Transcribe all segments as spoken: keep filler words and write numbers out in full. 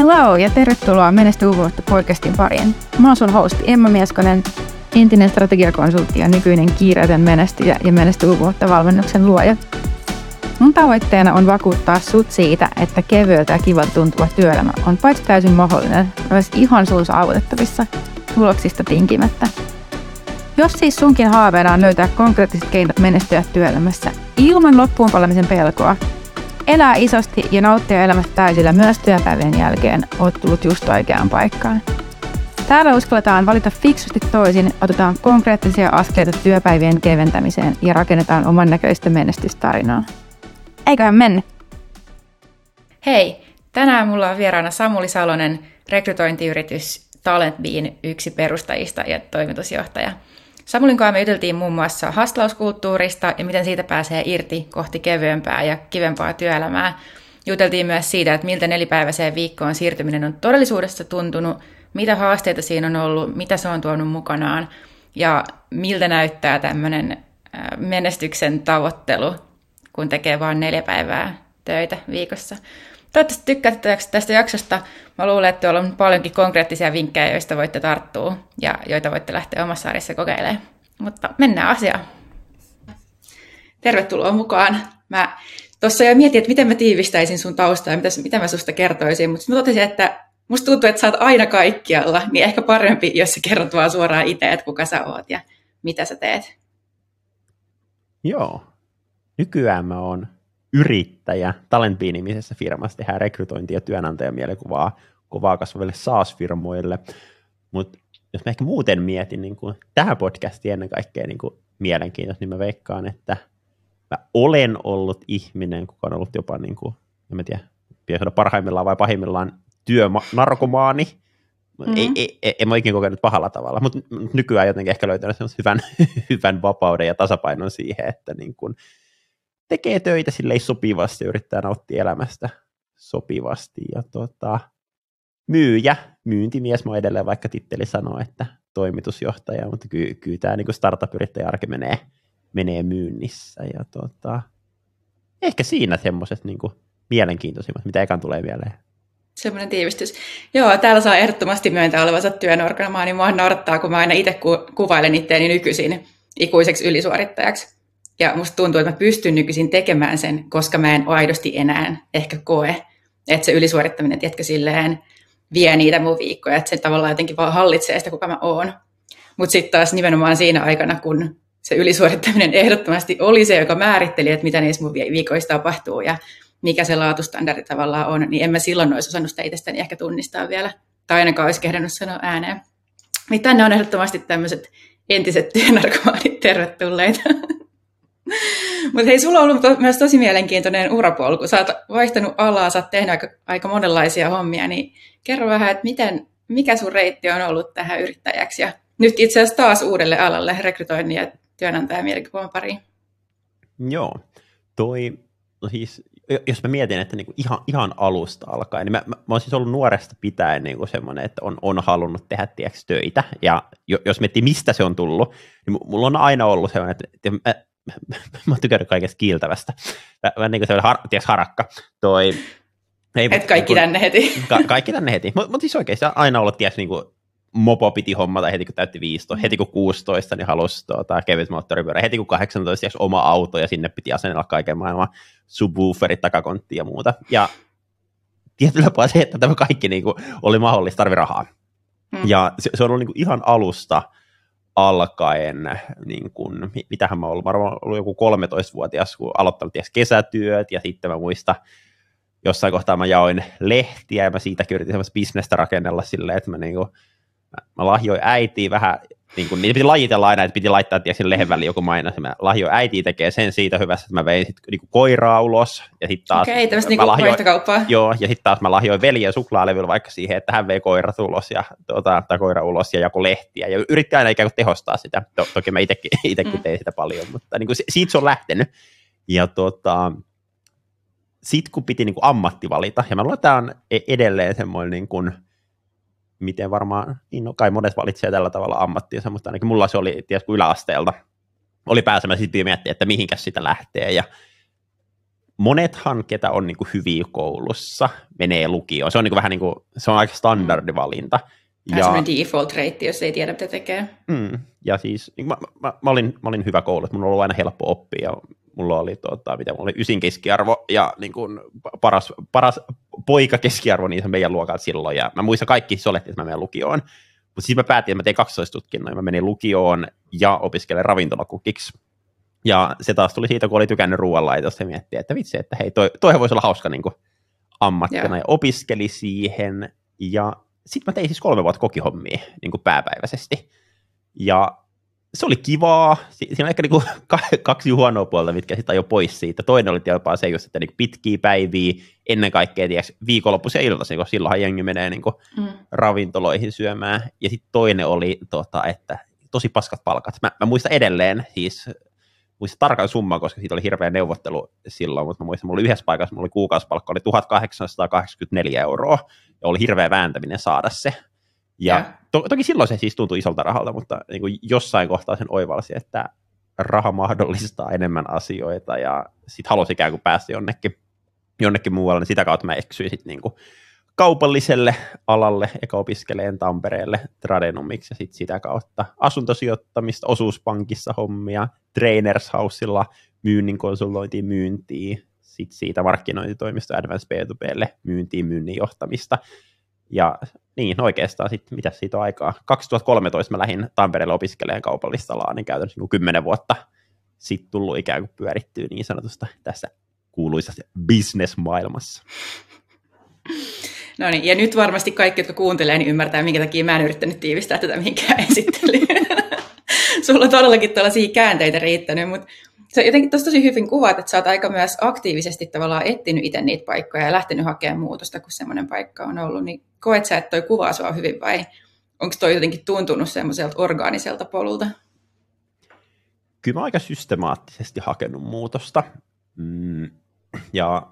Hello ja tervetuloa Menesty uuvuutta podcastin pariin. Mä oon sun hosti Emma Mieskonen, entinen strategiakonsultti ja nykyinen kiireetön menestyjä ja Menesty uuvuutta valmennuksen luoja. Mun tavoitteena on vakuuttaa sut siitä, että kevyeltä ja kivalta tuntuva työelämä on paitsi täysin mahdollinen, myös ihan sun saavutettavissa tuloksista tinkimättä. Jos siis sunkin haaveena on löytää konkreettiset keinot menestyä työelämässä ilman loppuun palamisen pelkoa, elää isosti ja nauttia elämästä täysillä myös työpäivien jälkeen, oot tullut just oikeaan paikkaan. Täällä uskalletaan valita fiksusti toisin, otetaan konkreettisia askeleita työpäivien keventämiseen ja rakennetaan oman näköistä menestystarinaa. Eiköhän mennä! Hei! Tänään mulla on vieraana Samuli Salonen, rekrytointiyritys Talentbean yksi perustajista ja toimitusjohtaja. Samulin kanssa me juteltiin muun muassa hastlauskulttuurista ja miten siitä pääsee irti kohti kevyempää ja kivempaa työelämää. Juteltiin myös siitä, että miltä nelipäiväiseen viikkoon siirtyminen on todellisuudessa tuntunut, mitä haasteita siinä on ollut, mitä se on tuonut mukanaan ja miltä näyttää tämmöinen menestyksen tavoittelu, kun tekee vain neljä päivää töitä viikossa. Toivottavasti tykkäätte tästä jaksosta. Mä luulen, että tuolla on paljonkin konkreettisia vinkkejä, joista voitte tarttua ja joita voitte lähteä omassa arjessa kokeilemaan. Mutta mennään asiaan. Tervetuloa mukaan. Mä tuossa jo mietin, että miten mä tiivistäisin sun taustaa ja mitä, mitä mä susta kertoisin, mutta mä totesin, että musta tuntuu, että sä oot aina kaikkialla, niin ehkä parempi, jos sä kerrot vaan suoraan itse, että kuka sä oot ja mitä sä teet. Joo. Nykyään mä oon yrittäjä. Talentbean-nimisessä firmassa tehdään rekrytointia ja työnantajamielikuvaa kovaa kasvaville SaaS-firmoille. Mutta jos mä ehkä muuten mietin niin kun tähän podcastiin ennen kaikkea niin kun mielenkiintoista, niin mä veikkaan, että mä olen ollut ihminen, kuka on ollut jopa, niin kun, en mä tiedä, parhaimmillaan vai pahimmillaan työnarkomaani. Mm-hmm. Ei, ei, ei, en mä ikinä kokenut pahalla tavalla, mutta nykyään jotenkin ehkä löytänyt hyvän, hyvän vapauden ja tasapainon siihen, että niin kun tekee töitä silleen sopivasti ja yrittää nauttia elämästä sopivasti. Ja tota, myyjä, myyntimies, mä edelleen vaikka titteli sanoo, että toimitusjohtaja, mutta ky- kyllä tämä niin startup-yrittäjä-arki menee, menee myynnissä. Ja tota, ehkä siinä semmoiset niin mielenkiintoisimmat, mitä ekan tulee mieleen. Semmoinen tiivistys. Joo, täällä saa ehdottomasti myöntää olevansa työnorkonomaa, niin mua naurattaa, kun mä aina itse ku- kuvailen itseäni nykyisin ikuiseksi ylisuorittajaksi. Ja musta tuntuu, että mä pystyn nykyisin tekemään sen, koska mä en aidosti enää ehkä koe, että se ylisuorittaminen, tiedätkö, silleen vie niitä mun viikkoja, että se tavallaan jotenkin vaan hallitsee sitä, kuka mä oon. Mutta sitten taas nimenomaan siinä aikana, kun se ylisuorittaminen ehdottomasti oli se, joka määritteli, että mitä niissä mun viikoissa tapahtuu ja mikä se laatustandardi tavallaan on, niin en mä silloin olisi osannut sitä itsestäni ehkä tunnistaa vielä, tai ainakaan olisi kehdannut sanoa ääneen. Niin tänne on ehdottomasti tämmöiset entiset työnarkomaanit tervetulleita. Mutta hei, sulla on ollut to- myös tosi mielenkiintoinen urapolku. Sä oot vaihtanut alaa, sä oot tehnyt aika, aika monenlaisia hommia, niin kerro vähän, että miten, mikä sun reitti on ollut tähän yrittäjäksi ja nyt itse asiassa taas uudelle alalle rekrytoinnin ja työnantajamielikuvan pariin. Joo, toi, no siis, jos mä mietin, että niinku ihan, ihan alusta alkaen, niin mä, mä, mä oon siis ollut nuoresta pitäen niinku semmoinen, että on, on halunnut tehdä tiiäks, töitä, ja jos miettii, mistä se on tullut, niin mulla on aina ollut semmoinen, että mä, mä oon tykännyt kaikesta kiiltävästä. Vähän niin kuin se har, tiiäks, harakka. Toi, ei, Et kaikki kun, tänne heti. Ka, kaikki tänne heti. Mutta mut siis oikeasti aina ollut, tiiäks, niin kuin mopo piti hommata heti kun täytti viisitoista, heti kun kuusitoista, niin halusi tuota, kevyt moottoripyörä, heti kun kahdeksantoista, tiiäks, oma auto, ja sinne piti asennella kaiken maailman subwooferit, takakontti ja muuta. Ja tietyllä tapaa se, että tämä kaikki niin kuin, oli mahdollista, tarvi rahaa. Hmm. Ja se, se on ollut niin kuin, ihan alusta alkaen, niin kun, mitähän mä oon ollut, varmaan ollut joku kolmetoistavuotias, kun aloittanut ties kesätyöt, ja sitten mä muistan, jossain kohtaa mä jaoin lehtiä, ja mä siitäkin yritin semmoista bisnestä rakennella silleen, että mä, niin kun, mä, mä lahjoin äitiin vähän, niin kun, niitä piti lajitella aina, että piti laittaa tietysti lehen väliin joku mainos, ja mä lahjoin äitiin tekee sen siitä hyvässä, että mä vein sit, niin kun, koiraa ulos, ja sitten taas... Okei, tämmöistä niin vaihtokauppaa. Joo, ja sitten taas mä lahjoin veljen suklaalevyllä vaikka siihen, että hän vei koirat ulos, ja, tuota, tai koira ulos, ja jakoi lehtiä, ja yritti aina ikään kuin tehostaa sitä, to, toki mä itekin, itekin mm. tein sitä paljon, mutta niin kun, siitä se on lähtenyt, ja tota... Sitten kun piti niin kuin ammatti valita, ja mä luulen, että tämä on edelleen semmoinen, niin kuin, miten varmaan, niin no kai monet valitsee tällä tavalla ammattiinsa, mutta ainakin mulla se oli, tiedätkö, yläasteelta, oli pääsemässä sitten miettiä, että mihinkäs sitä lähtee, ja monethan, ketä on niin kuin hyviä koulussa, menee lukioon. Se on niin kuin vähän niin kuin, se on aika standardivalinta. Tämä on semmoinen default-reitti, jos ei tiedä, mitä tekee. Mm, ja siis niin mä, mä, mä, olin, mä olin hyvä koulu, että mulla on ollut aina helppo oppia. Mulla oli, tuota, mitä, mulla oli ysin keskiarvo ja niin kuin paras, paras poika keskiarvo niin meidän luokalta silloin. Ja mä muistan kaikki solettiin, että mä menen lukioon. Mutta sitten mä päätin, että mä tein kaksitoista-tutkinnon ja mä menin lukioon ja opiskelen ravintolakukiksi. Ja se taas tuli siitä, kun oli tykännyt ruoanlaitosta ja miettii, että vitsi, että hei, toi, toihan voisi olla hauska niin kuin ammattina. Yeah. Ja opiskeli siihen. Ja sitten mä tein siis kolme vuotta kokihommia niin kuin pääpäiväisesti. Ja se oli kivaa. Siinä on ehkä niin kuin kaksi huonoa puolta, mitkä sitten ajoi pois siitä. Toinen oli jopa se just, että niin pitkiä päiviä, ennen kaikkea tiiäks, viikonloppuisia iltaisin, kun silloinhan jengi menee niin kuin mm. ravintoloihin syömään. Ja sitten toinen oli, tota, että tosi paskat palkat. Mä, mä muistan edelleen, siis muistan tarkan summan, koska siitä oli hirveä neuvottelu silloin, mutta mä muistan, mulla oli yhdessä paikassa, mulla oli kuukausipalkka, oli tuhatkahdeksansataakahdeksankymmentäneljä euroa, ja oli hirveä vääntäminen saada se. Ja to, toki silloin se siis tuntui isolta rahalta, mutta niin kuin jossain kohtaa sen oivalsi, että raha mahdollistaa enemmän asioita, ja sitten halusi ikään kuin päästä jonnekin, jonnekin muualle, niin sitä kautta mä eksyin sitten niin kuin kaupalliselle alalle, eka opiskeleen Tampereelle tradenomiksi, ja sitten sitä kautta asuntosijoittamista, osuuspankissa hommia, Trainers Housella myynnin konsultointiin myyntiin, sitten siitä markkinointitoimista Advance B two B:lle myyntiin myynnin johtamista. Ja niin oikeastaan sitten, mitä siitä on aikaa, kaksituhattakolmetoista mä lähdin Tampereelle opiskelemaan kaupallista alaa, niin käytännössä niin kymmenen vuotta sitten tullut ikään kuin pyörittyä niin sanotusta tässä kuuluisassa business-maailmassa. No niin, ja nyt varmasti kaikki, jotka kuuntelee, niin ymmärtää, minkä takia mä en yrittänyt tiivistää tätä mihinkään esittelyyn. Sulla on todellakin tällaisia käänteitä riittänyt, mutta se jotenkin tosi tosi hyvin kuvaat, että sä oot aika myös aktiivisesti tavallaan etsinyt itse niitä paikkoja ja lähtenyt hakemaan muutosta, kun semmoinen paikka on ollut. Niin koet sä, että toi kuvaa sua hyvin vai onko toi jotenkin tuntunut semmoiselta orgaaniselta polulta? Kyllä mä oon aika systemaattisesti hakenut muutosta. Mm, ja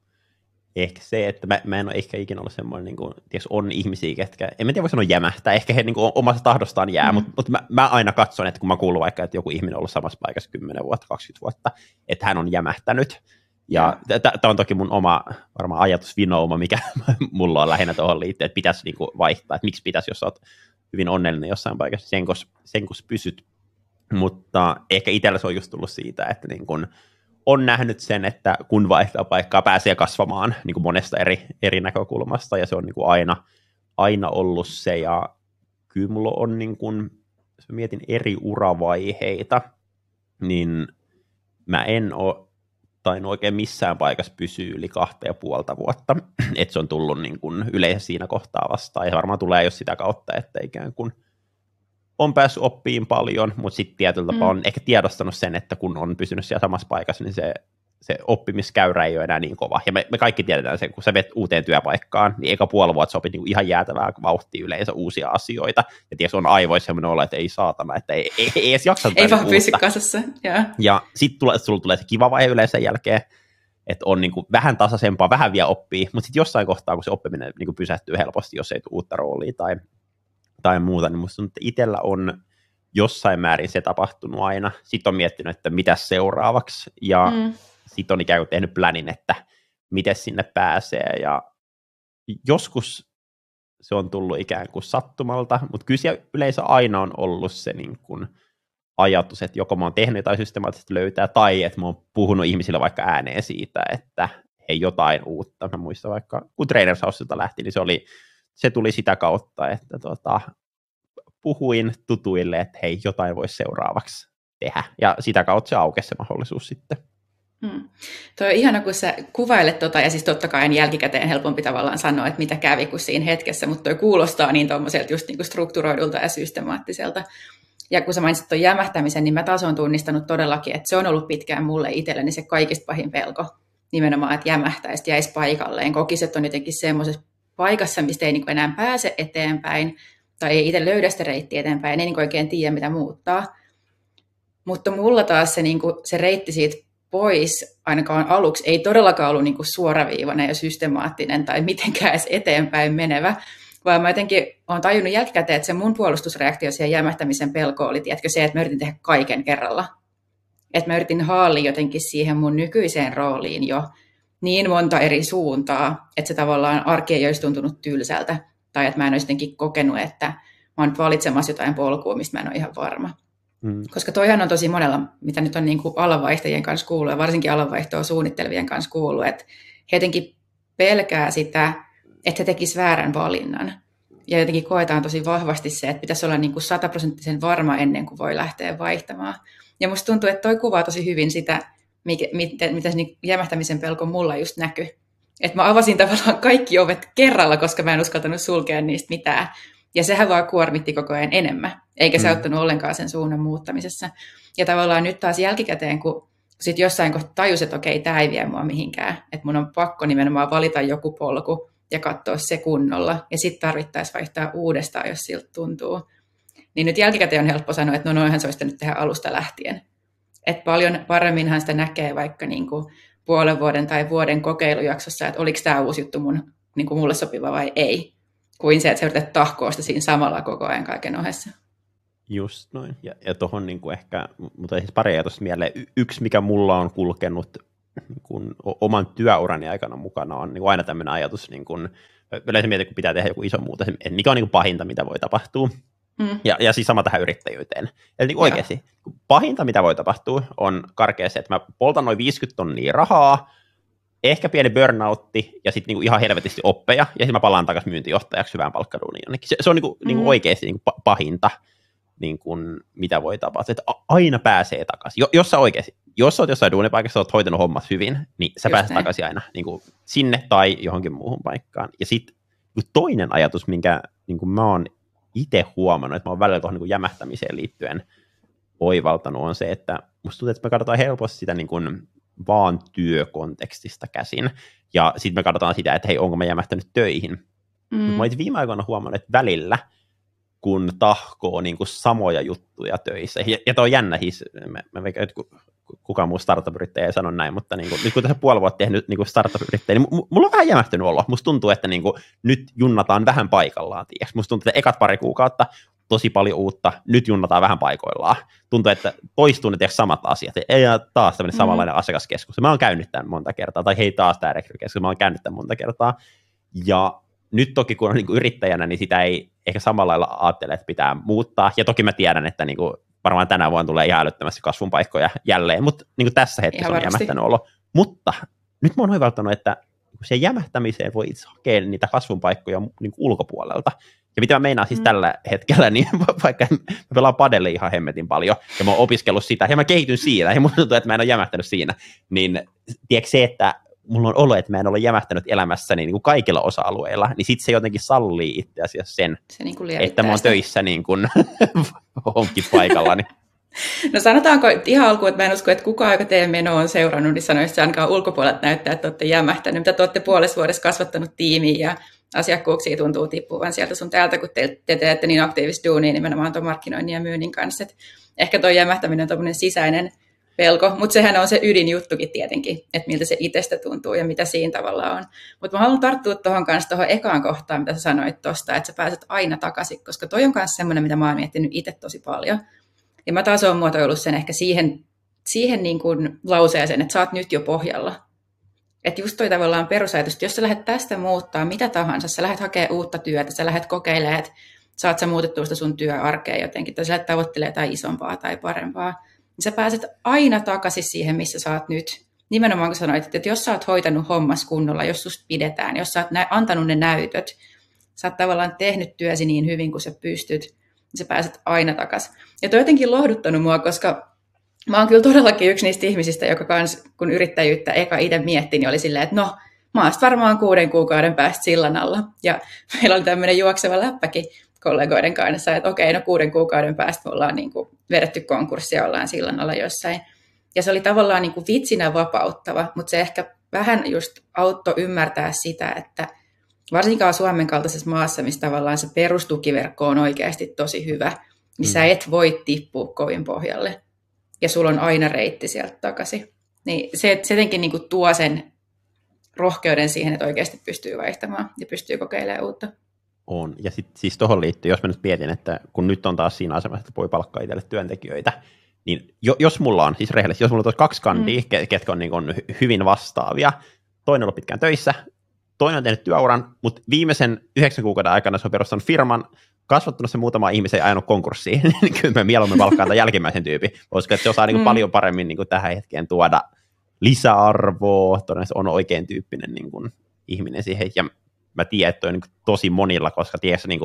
ehkä se, että mä, mä en ole ehkä ikinä ollut semmoinen, niin kuin, ties on ihmisiä, ketkä, en mä tiedä voi sanoa jämähtää, ehkä he niin kuin, omasta tahdostaan jää, mm. mutta, mutta mä, mä aina katson, että kun mä kuulun vaikka, että joku ihminen on ollut samassa paikassa kymmenen vuotta, kaksikymmentä vuotta, että hän on jämähtänyt. Ja mm. tämä on toki mun oma varmaan ajatusvinouma, mikä mulla on lähinnä tuohon liittyen, että pitäisi niin kuin vaihtaa, että miksi pitäisi, jos sä oot hyvin onnellinen jossain paikassa, sen kun, sen kun pysyt. Mutta ehkä itsellä se on just tullut siitä, että niin kuin, on nähnyt sen, että kun vaihtaa paikkaa, pääsee kasvamaan niin kuin monesta eri, eri näkökulmasta, ja se on niin kuin aina, aina ollut se, ja kyllä mulla on, niin kuin, jos mä mietin eri uravaiheita, niin mä en ole tainnut oikein missään paikassa pysyä yli kahta ja puolta vuotta, että se on tullut niin kuin yleensä siinä kohtaa vastaan, ja varmaan tulee jos sitä kautta, että ikään kuin on päässyt oppiin paljon, mutta sitten tietyllä tapaa on mm. ehkä tiedostanut sen, että kun on pysynyt siellä samassa paikassa, niin se, se oppimiskäyrä ei ole enää niin kova. Ja me, me kaikki tiedetään sen, kun sä vet uuteen työpaikkaan, niin eka puoli vuotta sä opit niin ihan jäätävää vauhtia yleensä uusia asioita. Ja ties on aivoissa sellainen olo, että ei saatana, että ei, ei, ei edes jaksa. Ei vaan pysy kasassa. Yeah. Ja sitten tule, sulla tulee se kiva vaihe yleensä sen jälkeen, että on niin kuin vähän tasaisempaa, vähän vielä oppii, mutta sitten jossain kohtaa, kun se oppiminen niin kuin pysähtyy helposti, jos ei tule uutta roolia tai tai muuta, niin musta itsellä on jossain määrin se tapahtunut aina. Sitten on miettinyt, että mitä seuraavaksi, ja mm. sitten on ikään kuin tehnyt planin, että miten sinne pääsee, ja joskus se on tullut ikään kuin sattumalta, mutta kyllä siellä yleensä aina on ollut se niin kuin ajatus, että joko mä oon tehnyt jotain systemaattisesti löytää, tai että mä oon puhunut ihmisille vaikka ääneen siitä, että hei, jotain uutta. Mä muistan vaikka, kun Trainers Houselta lähti, niin se oli Se tuli sitä kautta, että tota, puhuin tutuille, että hei, jotain voisi seuraavaksi tehdä. Ja sitä kautta se aukesi se mahdollisuus sitten. Hmm. Tuo on ihana, kun sä kuvailet tota, ja siis totta kai jälkikäteen helpompi tavallaan sanoa, että mitä kävi kuin siinä hetkessä, mutta toi kuulostaa niin tuommoiselta just niin kuin strukturoidulta ja systemaattiselta. Ja kun sä mainitsit tuon jämähtämisen, niin mä taas olen tunnistanut todellakin, että se on ollut pitkään mulle itselleni se kaikista pahin pelko. Nimenomaan, että jämähtäisi, jäisi paikalleen. Kokisi, että on jotenkin semmoisessa paikassa, mistä ei niin kuin enää pääse eteenpäin, tai ei itse löydä sitä reittiä eteenpäin, ei niin kuin oikein tiedä, mitä muuttaa. Mutta mulla taas se, niin kuin, se reitti siitä pois, ainakaan aluksi, ei todellakaan ollut niin kuin suoraviivainen ja systemaattinen tai mitenkään edes eteenpäin menevä, vaan mä jotenkin olen tajunnut jälkikäteen, että se mun puolustusreaktio siihen jämähtämisen pelkoon oli, tiedätkö, se, että mä yritin tehdä kaiken kerralla. että mä yritin haalia jotenkin siihen mun nykyiseen rooliin jo niin monta eri suuntaa, että se tavallaan arki ei olisi tuntunut tylsältä, tai että mä en olisi jotenkin kokenut, että mä oon nyt valitsemassa jotain polkua, mistä mä en ole ihan varma. Mm. Koska toihan on tosi monella, mitä nyt on niin kuin alanvaihtajien kanssa kuullut, ja varsinkin alanvaihtoa suunnittelevien kanssa kuullut, että he jotenkin pelkää sitä, että he tekisivät väärän valinnan. Ja jotenkin koetaan tosi vahvasti se, että pitäisi olla niin kuin sataprosenttisen varma ennen kuin voi lähteä vaihtamaan. Ja musta tuntuu, että toi kuvaa tosi hyvin sitä, mikä, mitä, mitä se niin jämähtämisen pelko mulla just näkyi. Että mä avasin tavallaan kaikki ovet kerralla, koska mä en uskaltanut sulkea niistä mitään. Ja sehän vaan kuormitti koko ajan enemmän, eikä se mm. auttanut ollenkaan sen suunnan muuttamisessa. Ja tavallaan nyt taas jälkikäteen, kun sit jossain kohtaa tajus, että okei, tämä ei vie mua mihinkään, että mun on pakko nimenomaan valita joku polku ja katsoa se kunnolla, ja sitten tarvittaisiin vaihtaa uudestaan, jos siltä tuntuu. Niin nyt jälkikäteen on helppo sanoa, että no noihän se olisi nyt tehdä alusta lähtien. Että paljon paremminhan sitä näkee vaikka niin kuin puolen vuoden tai vuoden kokeilujaksossa, että oliko tämä uusi juttu mun, niin kuin mulle sopiva vai ei, kuin se, että sä yrität tahkoa sitä siinä samalla koko ajan kaiken ohessa. Just noin. Ja, ja tuohon niin kuin ehkä, mutta siis pari ajatusta mieleen. Y- yksi, mikä mulla on kulkenut niin kuin oman työurani aikana mukana, on niin kuin aina tämmöinen ajatus, niin kuin, yleensä mietin, kun pitää tehdä joku iso muutos, että mikä on niin kuin pahinta, mitä voi tapahtua. Mm. Ja, ja siis sama tähän yrittäjyyteen. Eli niin oikeasti, pahinta, mitä voi tapahtua, on karkeasti, että mä poltan noin viisikymmentä tonnia rahaa, ehkä pieni burnoutti ja sitten niinku ihan helvetisti oppeja, ja sitten mä palaan takaisin myyntijohtajaksi hyvään palkkaduuniin jonnekin. Se, se on niinku, mm. niinku oikeasti niinku pahinta, niinku, mitä voi tapahtua. Että aina pääsee takaisin. Jo, jos sä oikeasti, jos sä oot jossain duunipaikassa, oot hoitanut hommat hyvin, niin sä Just pääset näin. takaisin aina niinku, sinne tai johonkin muuhun paikkaan. Ja sitten toinen ajatus, minkä niinku, mä oon itse huomannut, että mä oon välillä tuohon niin jämähtämiseen liittyen oivaltanut, on se, että musta tuntuu, että me katsotaan helposti sitä niin kuin vaan työkontekstista käsin, ja sitten me katsotaan sitä, että hei, onko mä jämähtänyt töihin. Mm. Mutta mä oon viime aikoina huomannut, että välillä, kun tahkoo niin kuin samoja juttuja töissä, ja, ja toi on jännä, siis, mä, mä veikään, että kukaan muu startup-yrittäjä ei sano näin, mutta niin kuin, nyt kun tässä puoli vuotta tehnyt niin kuin startup-yrittäjä, niin m- mulla on vähän jämähtynyt olo. Musta tuntuu, että niin kuin, nyt junnataan vähän paikallaan. Tiiäks? Musta tuntuu, että ekat pari kuukautta tosi paljon uutta, nyt junnataan vähän paikoillaan. Tuntuu, että toistuu ne samat asiat. Ei taas tämmöinen samanlainen mm. asiakaskeskus. Mä oon käynyt tämän monta kertaa, tai hei taas tämä rekrykeskus, mä oon käynyt tämän monta kertaa. Ja nyt toki kun on niin kuin yrittäjänä, niin sitä ei ehkä samalla lailla ajattele, että pitää muuttaa. Ja toki mä tiedän, että niin kuin varmaan tänä vuonna tulee ihan älyttömästi kasvun paikkoja jälleen, mutta niin tässä hetkessä on jämähtänyt olo. Mutta nyt mä oon oivaltanut, että siihen jämähtämiseen voi itse hakea niitä kasvun paikkoja niin ulkopuolelta. Ja mitä mä meinaan siis mm. tällä hetkellä, niin vaikka mä pelaan padelle ihan hemmetin paljon, ja mä oon opiskellut sitä, ja mä kehityn siinä, ja musta tuntuu, että mä en ole jämähtänyt siinä, niin tiedätkö se, että mulla on olo, että mä en ole jämähtänyt elämässäni niin kuin kaikilla osa-alueilla, niin sit se jotenkin sallii itse asiassa sen, se niin että mä oon sitä töissä niin kuin onkin paikallani. No sanotaanko ihan alkuun, että mä en usko, että kukaan, joka teidän menoa on seurannut, niin sanoisi, että ainakaan ulkopuolelta näyttää, että olette jämähtänyt, mitä te olette puolessa vuodessa kasvattanut tiimiä ja asiakkuuksia tuntuu tippuvan sieltä sun täältä, kun te, te teette niin aktiivista duunia nimenomaan tuon markkinoinnin ja myynnin kanssa. Et ehkä tuo jämähtäminen on tuommoinen sisäinen pelko, mutta sehän on se ydinjuttukin tietenkin, että miltä se itsestä tuntuu ja mitä siinä tavalla on. Mutta mä haluan tarttua tuohon kanssa tuohon ekaan kohtaan, mitä sä sanoit tuosta, että sä pääset aina takaisin, koska toi on myös semmoinen, mitä mä oon miettinyt itse tosi paljon. Ja mä taas oon muotoillut sen ehkä siihen, siihen niin kuin lauseeseen, että sä oot nyt jo pohjalla. Että just toi tavallaan perusajatus, että jos sä lähdet tästä muuttaa mitä tahansa, sä lähdet hakemaan uutta työtä, sä lähdet kokeilemaan, että saat sä muutettua sitä sun työarkea jotenkin, tai sä lähdet tavoittelemaan jotain isompaa tai parempaa, niin sä pääset aina takaisin siihen, missä sä oot nyt. Nimenomaan kun sanoit, että jos sä oot hoitanut hommas kunnolla, jos susta pidetään, jos sä oot nä- antanut ne näytöt, sä oot tavallaan tehnyt työsi niin hyvin kuin sä pystyt, niin sä pääset aina takaisin. Ja toi on jotenkin lohduttanut mua, koska mä oon kyllä todellakin yksi niistä ihmisistä, joka kans, kun yrittäjyyttä eka itse miettii, niin oli silleen, että no, mä oon varmaan kuuden kuukauden päästä sillan alla. Ja meillä oli tämmöinen juokseva läppäkin kollegoiden kanssa, että okei, no kuuden kuukauden päästä me ollaan niin kuin vedetty konkurssia ja ollaan sillan alla jossain. Ja se oli tavallaan niin kuin vitsinä vapauttava, mutta se ehkä vähän just auttoi ymmärtää sitä, että varsinkaan Suomen kaltaisessa maassa, missä tavallaan se perustukiverkko on oikeasti tosi hyvä, niin mm. sä et voi tippua kovin pohjalle. Ja sulla on aina reitti sieltä takaisin. Niin se, se jotenkin niin kuin tuo sen rohkeuden siihen, että oikeasti pystyy vaihtamaan ja pystyy kokeilemaan uutta. On. Ja sitten siis tuohon liittyy, jos mä nyt mietin, että kun nyt on taas siinä asemassa, että voi palkkaa itselle työntekijöitä, niin jo, jos mulla on, siis rehellisesti, jos mulla on tuossa kaksi kandia, mm. ketkä on, niin kuin, hyvin vastaavia, toinen on ollut pitkään töissä, toinen on tehnyt työuran, mutta viimeisen yhdeksän kuukauden aikana se on perustanut firman, kasvattanut se muutama ihmisen ja ajanut konkurssiin, niin kyllä mä mieluummin palkkaan tämän jälkimmäisen tyypin, koska se osaa niin kuin, mm. paljon paremmin niin kuin, tähän hetkeen tuoda lisäarvoa, todennäköisesti on oikein tyyppinen niin kuin, ihminen siihen, ja mä tiedän, että on niin kuin, tosi monilla, koska tiedätkö, niin kuin,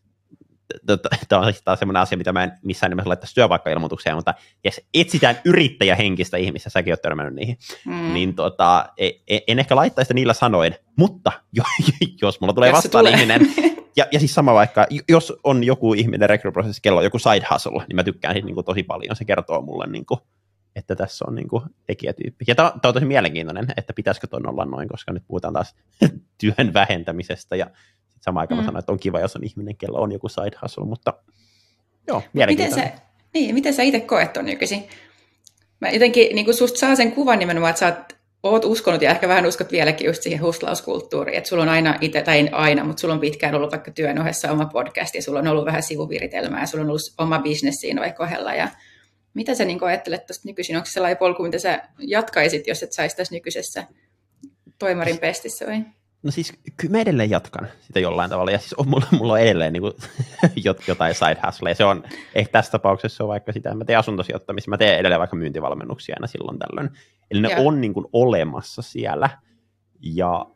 tämä on taas sellainen asia, mitä mä en missään nimessä laittaisi työpaikkailmoitukseen, mutta jos etsitään yrittäjähenkistä ihmistä, säkin oot törmännyt niihin, mm. niin tota, en ehkä laittaisi sitä niillä sanoin, mutta jos mulla tulee jos vastaan tulee. ihminen, ja, ja siis sama vaikka, jos on joku ihminen rekryprosessissa, kello on joku side hustle, niin mä tykkään siitä niin kuin tosi paljon, se kertoo mulle, niin kuin, että tässä on niin kuin tekijätyyppi. Ja tämä on tosi mielenkiintoinen, että pitäisikö ton olla noin, koska nyt puhutaan taas työn vähentämisestä, ja samaan aikaan mm. mä sanoin, että on kiva, jos on ihminen, kello on joku side hustle, mutta joo, mielenkiintoinen. Miten sä, niin, miten sä itse koet ton nykyisin? Mä jotenkin niin susta saa sen kuvan nimenomaan, että sä oot, oot uskonut ja ehkä vähän uskot vieläkin just siihen hustlauskulttuuriin, että sulla on aina itse, tai ei aina, mutta sulla on pitkään ollut vaikka työn ohessa oma podcast ja sulla on ollut vähän sivuviritelmää ja sulla on ollut oma business siinä vaikka ohella. Ja mitä sä niin ajattelet tuosta nykyisin? Onko se sellainen polku, mitä sä jatkaisit, jos et saisi tässä nykyisessä toimarin pestissä vai? No siis kyllä mä edelleen jatkan sitä jollain tavalla, ja siis on, mulla, mulla on edelleen niin kuin, jotain side hustleja. Se on, ehkä tässä tapauksessa se on vaikka sitä, mä teen asuntosijoittamista, mä teen edelleen vaikka myyntivalmennuksia aina silloin tällöin. Eli ne Joo. on niin kuin olemassa siellä, ja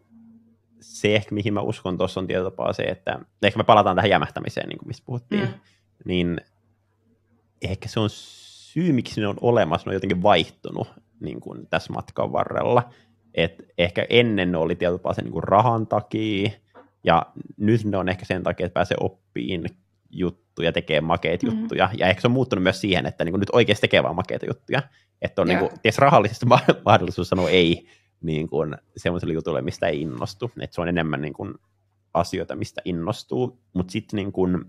se ehkä mihin mä uskon tuossa on tietyllä tapaa se, että ehkä me palataan tähän jämähtämiseen, niin kuin mistä puhuttiin, mm. niin ehkä se on syy, miksi ne on olemassa, ne on jotenkin vaihtunut niin kuin tässä matkan varrella. Et ehkä ennen ne oli tietyllä sen niin rahan takia, ja nyt ne on ehkä sen takia, että pääsee oppiin juttuja, tekee makeita mm-hmm. juttuja, ja ehkä se on muuttunut myös siihen, että niin nyt oikeasti tekee vaan makeita juttuja, että on niin kuin, ties rahallisesti mahdollisuus sanoa ei niin kuin semmoiselle jutulle, mistä ei innostu, että se on enemmän niin kuin asioita, mistä innostuu, mutta sitten niin kuin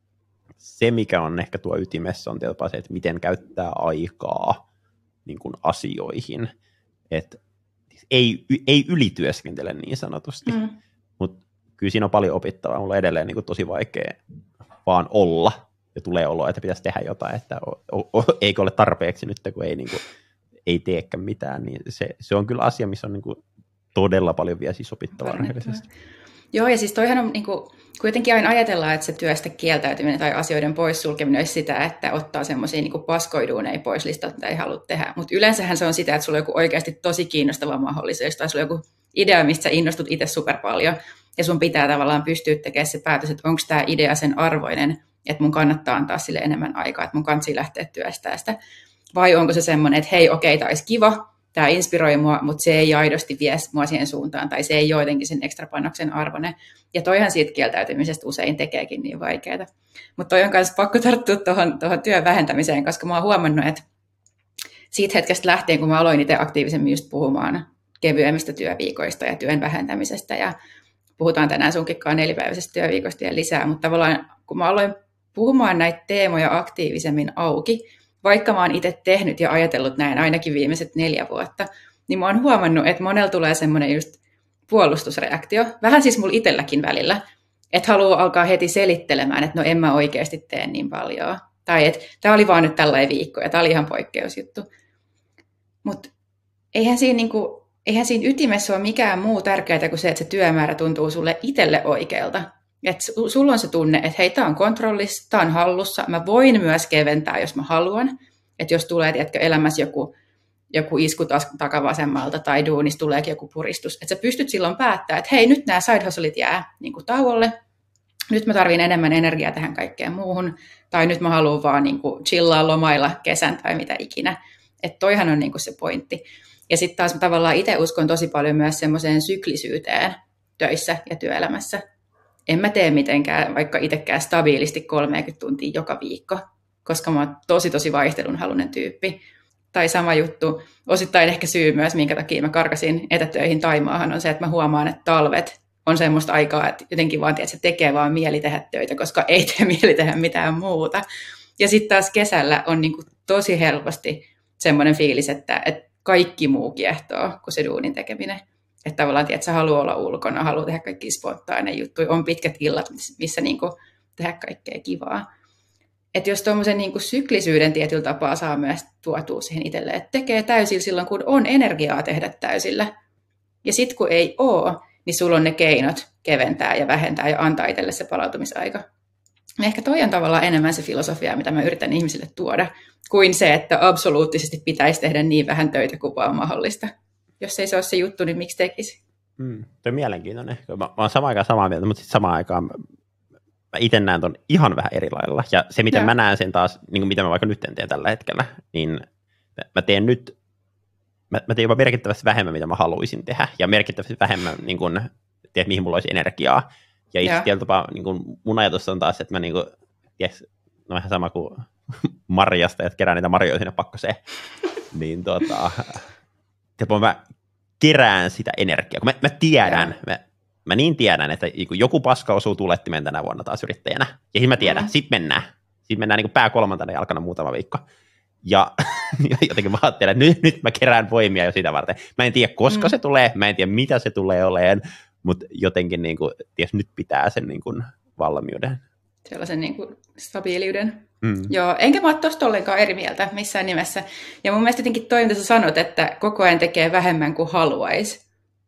se, mikä on ehkä tuo ytimessä, on tietyllä se, että miten käyttää aikaa niin kuin asioihin, että Ei, ei ylityöskentele niin sanotusti, mm. mutta kyllä siinä on paljon opittavaa. Mulla on edelleen niin kuin tosi vaikea vaan olla, ja tulee olo, että pitäisi tehdä jotain, että o, o, eikö ole tarpeeksi nyt, kun ei, niin kuin, ei teekään mitään. Niin se, se on kyllä asia, missä on niin kuin todella paljon vielä siis opittavaa rehellisesti. Joo, ja siis toihan on, niin kuin, kuitenkin aina ajatellaan, että se työstä kieltäytyminen tai asioiden poissulkeminen olisi sitä, että ottaa semmoisia niin paskoiduuneja pois listalta, mitä ei halua tehdä. Mutta yleensähän se on sitä, että sulla on joku oikeasti tosi kiinnostava mahdollisuus, tai sulla on joku idea, mistä sä innostut itse super paljon, ja sun pitää tavallaan pystyä tekemään se päätös, että onko tämä idea sen arvoinen, että mun kannattaa antaa sille enemmän aikaa, että mun kansi lähteä työstää sitä. Vai onko se semmoinen, että hei, okei, tämä olisi kiva, tämä inspiroi mua, mutta se ei aidosti vie mua siihen suuntaan, tai se ei ole jotenkin sen ekstra panoksen arvoinen. Ja toihan siitä kieltäytymisestä usein tekeekin niin vaikeaa. Mutta toi on myös pakko tarttua tuohon työn vähentämiseen, koska mä oon huomannut, että siitä hetkestä lähtien, kun mä aloin itse aktiivisemmin just puhumaan kevyemmistä työviikoista ja työn vähentämisestä, ja puhutaan tänään sunkinkaan nelipäiväisestä työviikosta ja lisää, mutta tavallaan kun mä aloin puhumaan näitä teemoja aktiivisemmin auki, vaikka mä oon itse tehnyt ja ajatellut näin ainakin viimeiset neljä vuotta, niin mä oon huomannut, että monella tulee semmoinen just puolustusreaktio, vähän siis mulla itselläkin välillä, että haluaa alkaa heti selittelemään, että no en mä oikeasti tee niin paljon, tai että tää oli vaan nyt tällainen viikko ja tää oli ihan poikkeusjuttu. Mutta eihän siinä, niinku, eihän siinä ytimessä ole mikään muu tärkeää kuin se, että se työmäärä tuntuu sulle itselle oikealta. Että sulla on se tunne, että hei, tämä on kontrollissa, tämä on hallussa, mä voin myös keventää, jos mä haluan. Että jos tulee, tiedätkö, elämässä joku, joku isku takavasemmalta tai duunissa tuleekin joku puristus, että sä pystyt silloin päättämään, että hei, nyt nämä side hustlet jää niin kuin tauolle, nyt mä tarvin enemmän energiaa tähän kaikkeen muuhun, tai nyt mä haluan vaan niin kuin chillaa lomailla kesän tai mitä ikinä. Että toihan on niin kuin se pointti. Ja sitten taas mä tavallaan itse uskon tosi paljon myös semmoiseen syklisyyteen töissä ja työelämässä. En mä tee mitenkään vaikka itsekään stabiilisti kolmekymmentä tuntia joka viikko, koska mä oon tosi tosi vaihtelunhaluinen tyyppi. Tai sama juttu, osittain ehkä syy myös, minkä takia mä karkasin etätöihin Taimaahan, on se, että mä huomaan, että talvet on semmoista aikaa, että jotenkin vaan tiedät, että se tekee vaan mieli tehdä töitä, koska ei tee mieli tehdä mitään muuta. Ja sitten taas kesällä on niin kuin tosi helposti semmoinen fiilis, että, että kaikki muu kiehtoo kuin se duunin tekeminen. Että tavallaan tiedät, että sä haluaa olla ulkona, haluaa tehdä kaikki spontaania juttuja, on pitkät illat, missä niinku tehdä kaikkea kivaa. Että jos tuommoisen niin kuin syklisyyden tietyllä tapaa saa myös tuotua siihen itselleen, että tekee täysillä silloin, kun on energiaa tehdä täysillä. Ja sitten kun ei ole, niin sulla on ne keinot keventää ja vähentää ja antaa itselle se palautumisaika. Ehkä toi on tavallaan enemmän se filosofia, mitä mä yritän ihmisille tuoda, kuin se, että absoluuttisesti pitäisi tehdä niin vähän töitä kuin vaan mahdollista. Jos ei se ole se juttu, niin miksi tekisi? Mm, toi on mielenkiintoinen. Mä, mä oon samaan aikaan samaa mieltä, mutta sitten samaan aikaan mä itse näen ton ihan vähän eri lailla. Ja se, miten ja. mä näen sen taas, niin kuin mitä mä vaikka nyt teen tällä hetkellä, niin mä teen nyt, mä, mä teen jopa merkittävästi vähemmän, mitä mä haluaisin tehdä, ja merkittävästi vähemmän, niin kuin, tiedät, mihin mulla olisi energiaa. Ja itse tietyllä tapaa, niin kuin mun ajatus on taas, että mä niin kuin, tiedätkö, no vähän sama kuin marjasta, että kerään niitä marjoja sinne pakkoseen, niin tota, mä kerään sitä energiaa, kun mä, mä tiedän, mä, mä niin tiedän, että joku paska osuu tulettimeen tänä vuonna taas yrittäjänä, ja sitten mä tiedän, mm. sit mennään, sit mennään niin kuin pää kolmantena jalkana muutama viikko, ja jotenkin mä ajattelen, että nyt, nyt mä kerään voimia jo sitä varten, mä en tiedä koska mm. se tulee, mä en tiedä mitä se tulee olemaan, mutta jotenkin niin kuin, ties, nyt pitää sen niin kuin, valmiuden. Sellaisen niin kuin, stabiiliuden. Mm. Joo, enkä mä ole tosta ollenkaan eri mieltä missään nimessä. Ja mun mielestä jotenkin toi, mitä sä sanot, että koko ajan tekee vähemmän kuin haluaisi,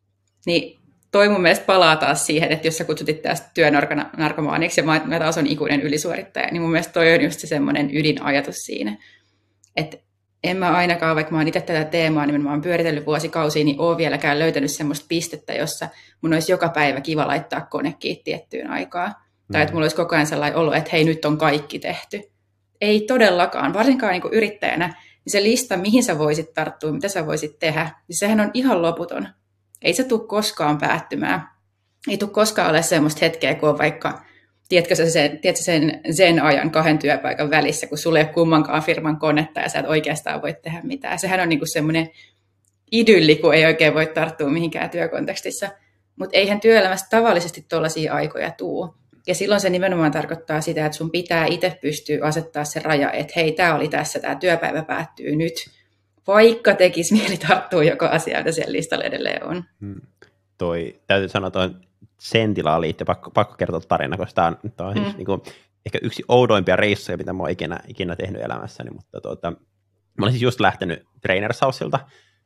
niin toi mun mielestä palaa taas siihen, että jos sä kutsutit tästä työnarkomaaniksi ja mä, mä taas on ikuinen ylisuorittaja, niin mun mielestä toi on just se semmoinen ydinajatus siinä. Että en mä ainakaan, vaikka mä oon itse tätä teemaa, niin mä oon pyöritellyt vuosikausia, niin oon vieläkään löytänyt semmoista pistettä, jossa mun olisi joka päivä kiva laittaa kone kiinni tiettyyn aikaan. Mm. Tai että mulla olisi koko ajan sellainen olo, että hei, nyt on kaikki tehty. Ei todellakaan, varsinkaan niin kuin yrittäjänä, niin se lista, mihin sä voisit tarttua, mitä sä voisit tehdä, niin sehän on ihan loputon. Ei se tule koskaan päättymään. Ei tule koskaan ole semmoista hetkeä, kun on vaikka, tiedätkö sä sen, tiedätkö sen zen-ajan kahden työpaikan välissä, kun sulla ei ole kummankaan firman konetta ja sä et oikeastaan voi tehdä mitään. Sehän on niinku semmoinen idylli, kun ei oikein voi tarttua mihinkään työkontekstissa. Mutta eihän työelämässä tavallisesti tuollaisia aikoja tuu. Ja silloin se nimenomaan tarkoittaa sitä, että sun pitää itse pystyä asettaa se raja, että hei, tämä oli tässä, tämä työpäivä päättyy nyt. Vaikka tekisi mieli tarttua joka asia, jota siellä listalla edelleen on. Hmm. Toi, täytyy sanoa, että sen tilaan liittyen, pakko, pakko kertoa tarina, koska tämä on, tämä on mm. siis niin kuin, ehkä yksi oudoimpia reissuja, mitä mä oon ikinä, ikinä tehnyt elämässäni, mutta tuota, mä olin siis just lähtenyt Trainers Houselta,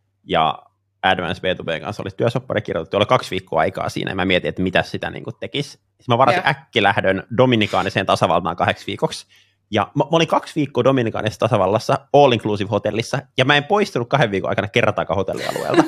ja Advance B two B kanssa oli työsoppari kirjoitettu, oli kaksi viikkoa aikaa siinä, ja mä mietin, että mitä sitä niin kuin tekisi. Sitten mä varasin yeah. äkkilähdön Dominikaaniseen tasavaltaan kahdeksi viikoksi, ja mä, mä olin kaksi viikkoa Dominikaanisessa tasavallassa all-inclusive hotellissa, ja mä en poistunut kahden viikon aikana kertaakaan hotellialueelta.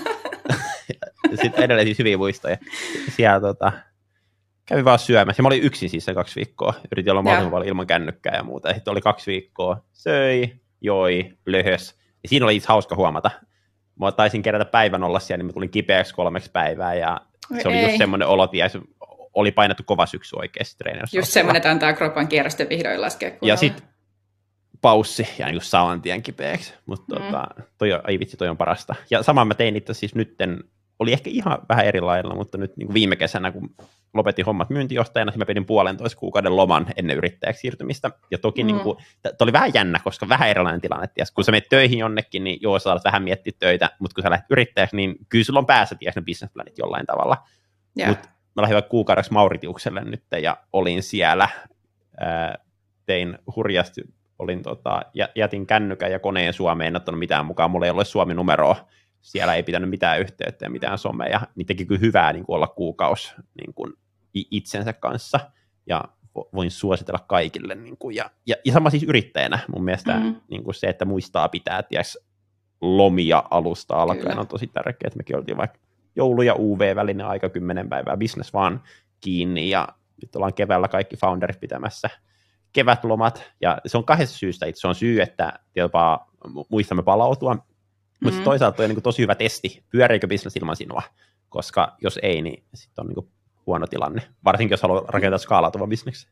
Sitten edelleen siis hyviä muistoja. Siellä tota, kävin vaan syömässä. Ja mä olin yksin siis sen kaksi viikkoa. Yritin olla mahdollisimman paljon ilman kännykkää ja muuta. Ja sitten oli kaksi viikkoa. Söi, joi, löhös. Ja siinä oli itse hauska huomata. Mä taisin kerätä päivän olla siellä, niin mä tulin kipeäksi kolmeksi päivää. Ja Oi se oli ei. just semmoinen olotie. Oli painettu kova syksy oikeasti treenerissä. Just semmoinen, että antaa kropan kierrosten vihdoin laskea kunnolla. Ja sitten paussi ja niin saman tien kipeäksi. Mutta Mm. tota, toi on, ai vitsi, toi on parasta. Ja saman mä tein itse siis nytten, oli ehkä ihan vähän eri lailla, mutta nyt niin kuin viime kesänä, kun lopetin hommat myyntijohtajana, niin mä pidin puolentoista kuukauden loman ennen yrittäjäksi siirtymistä. Ja toki mm. niin kuin, tämä oli vähän jännä, koska vähän erilainen tilanne. Ja kun sä menet töihin jonnekin, niin joo, sä alat vähän miettiä töitä, mutta kun sä lähdet yrittäjäksi, niin kyllä sulla on päässä ties ne businessplanit jollain tavalla. Yeah. Mutta mä lähdin vaikka kuukaudeksi Mauritiukselle nyt ja olin siellä, ää, tein hurjasti, olin tota, jätin kännykän ja koneen Suomeen, en ottanut mitään mukaan, mulla ei ole Suomi-numeroa, siellä ei pitänyt mitään yhteyttä ja mitään somea, niin teki kyllä hyvää niin kuin olla kuukausi niin kuin itsensä kanssa, ja voin suositella kaikille. Niin kuin, ja, ja, ja sama siis yrittäjänä, mun mielestä mm-hmm. niin kuin se, että muistaa pitää ties, lomia alusta alkaen kyllä. on tosi tärkeää, että mekin oltiin vaikka joulu- ja U V-välinen aika kymmenen päivää business vaan kiinni, ja nyt ollaan keväällä kaikki founderit pitämässä kevätlomat, ja se on kahdesta syystä. Se on syy, että jopa muistamme palautua, mm-hmm. mutta toisaalta toi on niin tosi hyvä testi, pyöriikö business ilman sinua, koska jos ei, niin sitten on niin huono tilanne, varsinkin jos haluaa rakentaa skaalautuvan bisneksen.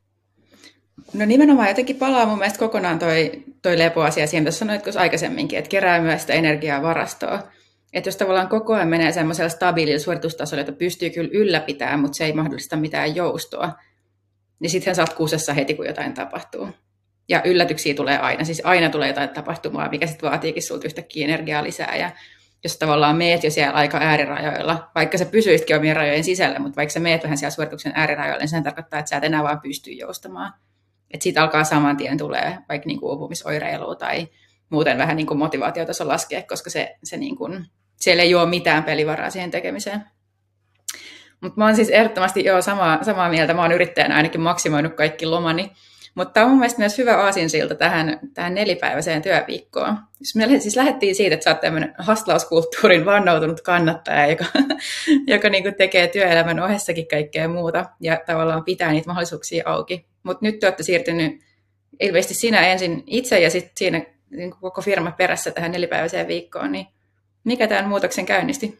No nimenomaan jotenkin palaa mun mielestä kokonaan toi, toi lepoasia siihen, mitä sanoit aikaisemminkin, että kerää myös sitä energiaa varastoa. Että jos tavallaan koko ajan menee semmoisella stabiililla suoritustasolla, jota pystyy kyllä ylläpitämään, mutta se ei mahdollista mitään joustoa, niin sitten sä oot kuusessa heti, kun jotain tapahtuu. Ja yllätyksiä tulee aina, siis aina tulee jotain tapahtumaa, mikä sitten vaatiikin sulta yhtäkkiä energiaa lisää. Ja jos tavallaan meet jo siellä aika äärirajoilla, vaikka sä pysyisitkin omien rajojen sisällä, mutta vaikka sä meet vähän siellä suorituksen äärirajoilla, niin sehän tarkoittaa, että sä et enää vaan pysty joustamaan. että siitä alkaa saman tien tulee vaikka niin kuin uupumisoireilua tai muuten vähän niin kuin motivaatiotaso laskee, koska se, se niin kuin, siellä ei ole mitään pelivaraa siihen tekemiseen. Mutta mä oon siis ehdottomasti joo, samaa, samaa mieltä. Mä oon yrittäjänä ainakin maksimoinut kaikki lomani. Mutta tämä on mun mielestä myös hyvä aasinsilta tähän, tähän nelipäiväiseen työviikkoon. Me siis lähdettiin siitä, että sä oot tämmöinen hustlauskulttuurin vannoutunut kannattaja, joka, joka niinku tekee työelämän ohessakin kaikkea muuta ja tavallaan pitää niitä mahdollisuuksia auki. Mutta nyt te olette siirtynyt ilmeisesti sinä ensin itse ja sitten siinä niin koko firma perässä tähän nelipäiväiseen viikkoon. Niin mikä tämän muutoksen käynnisti?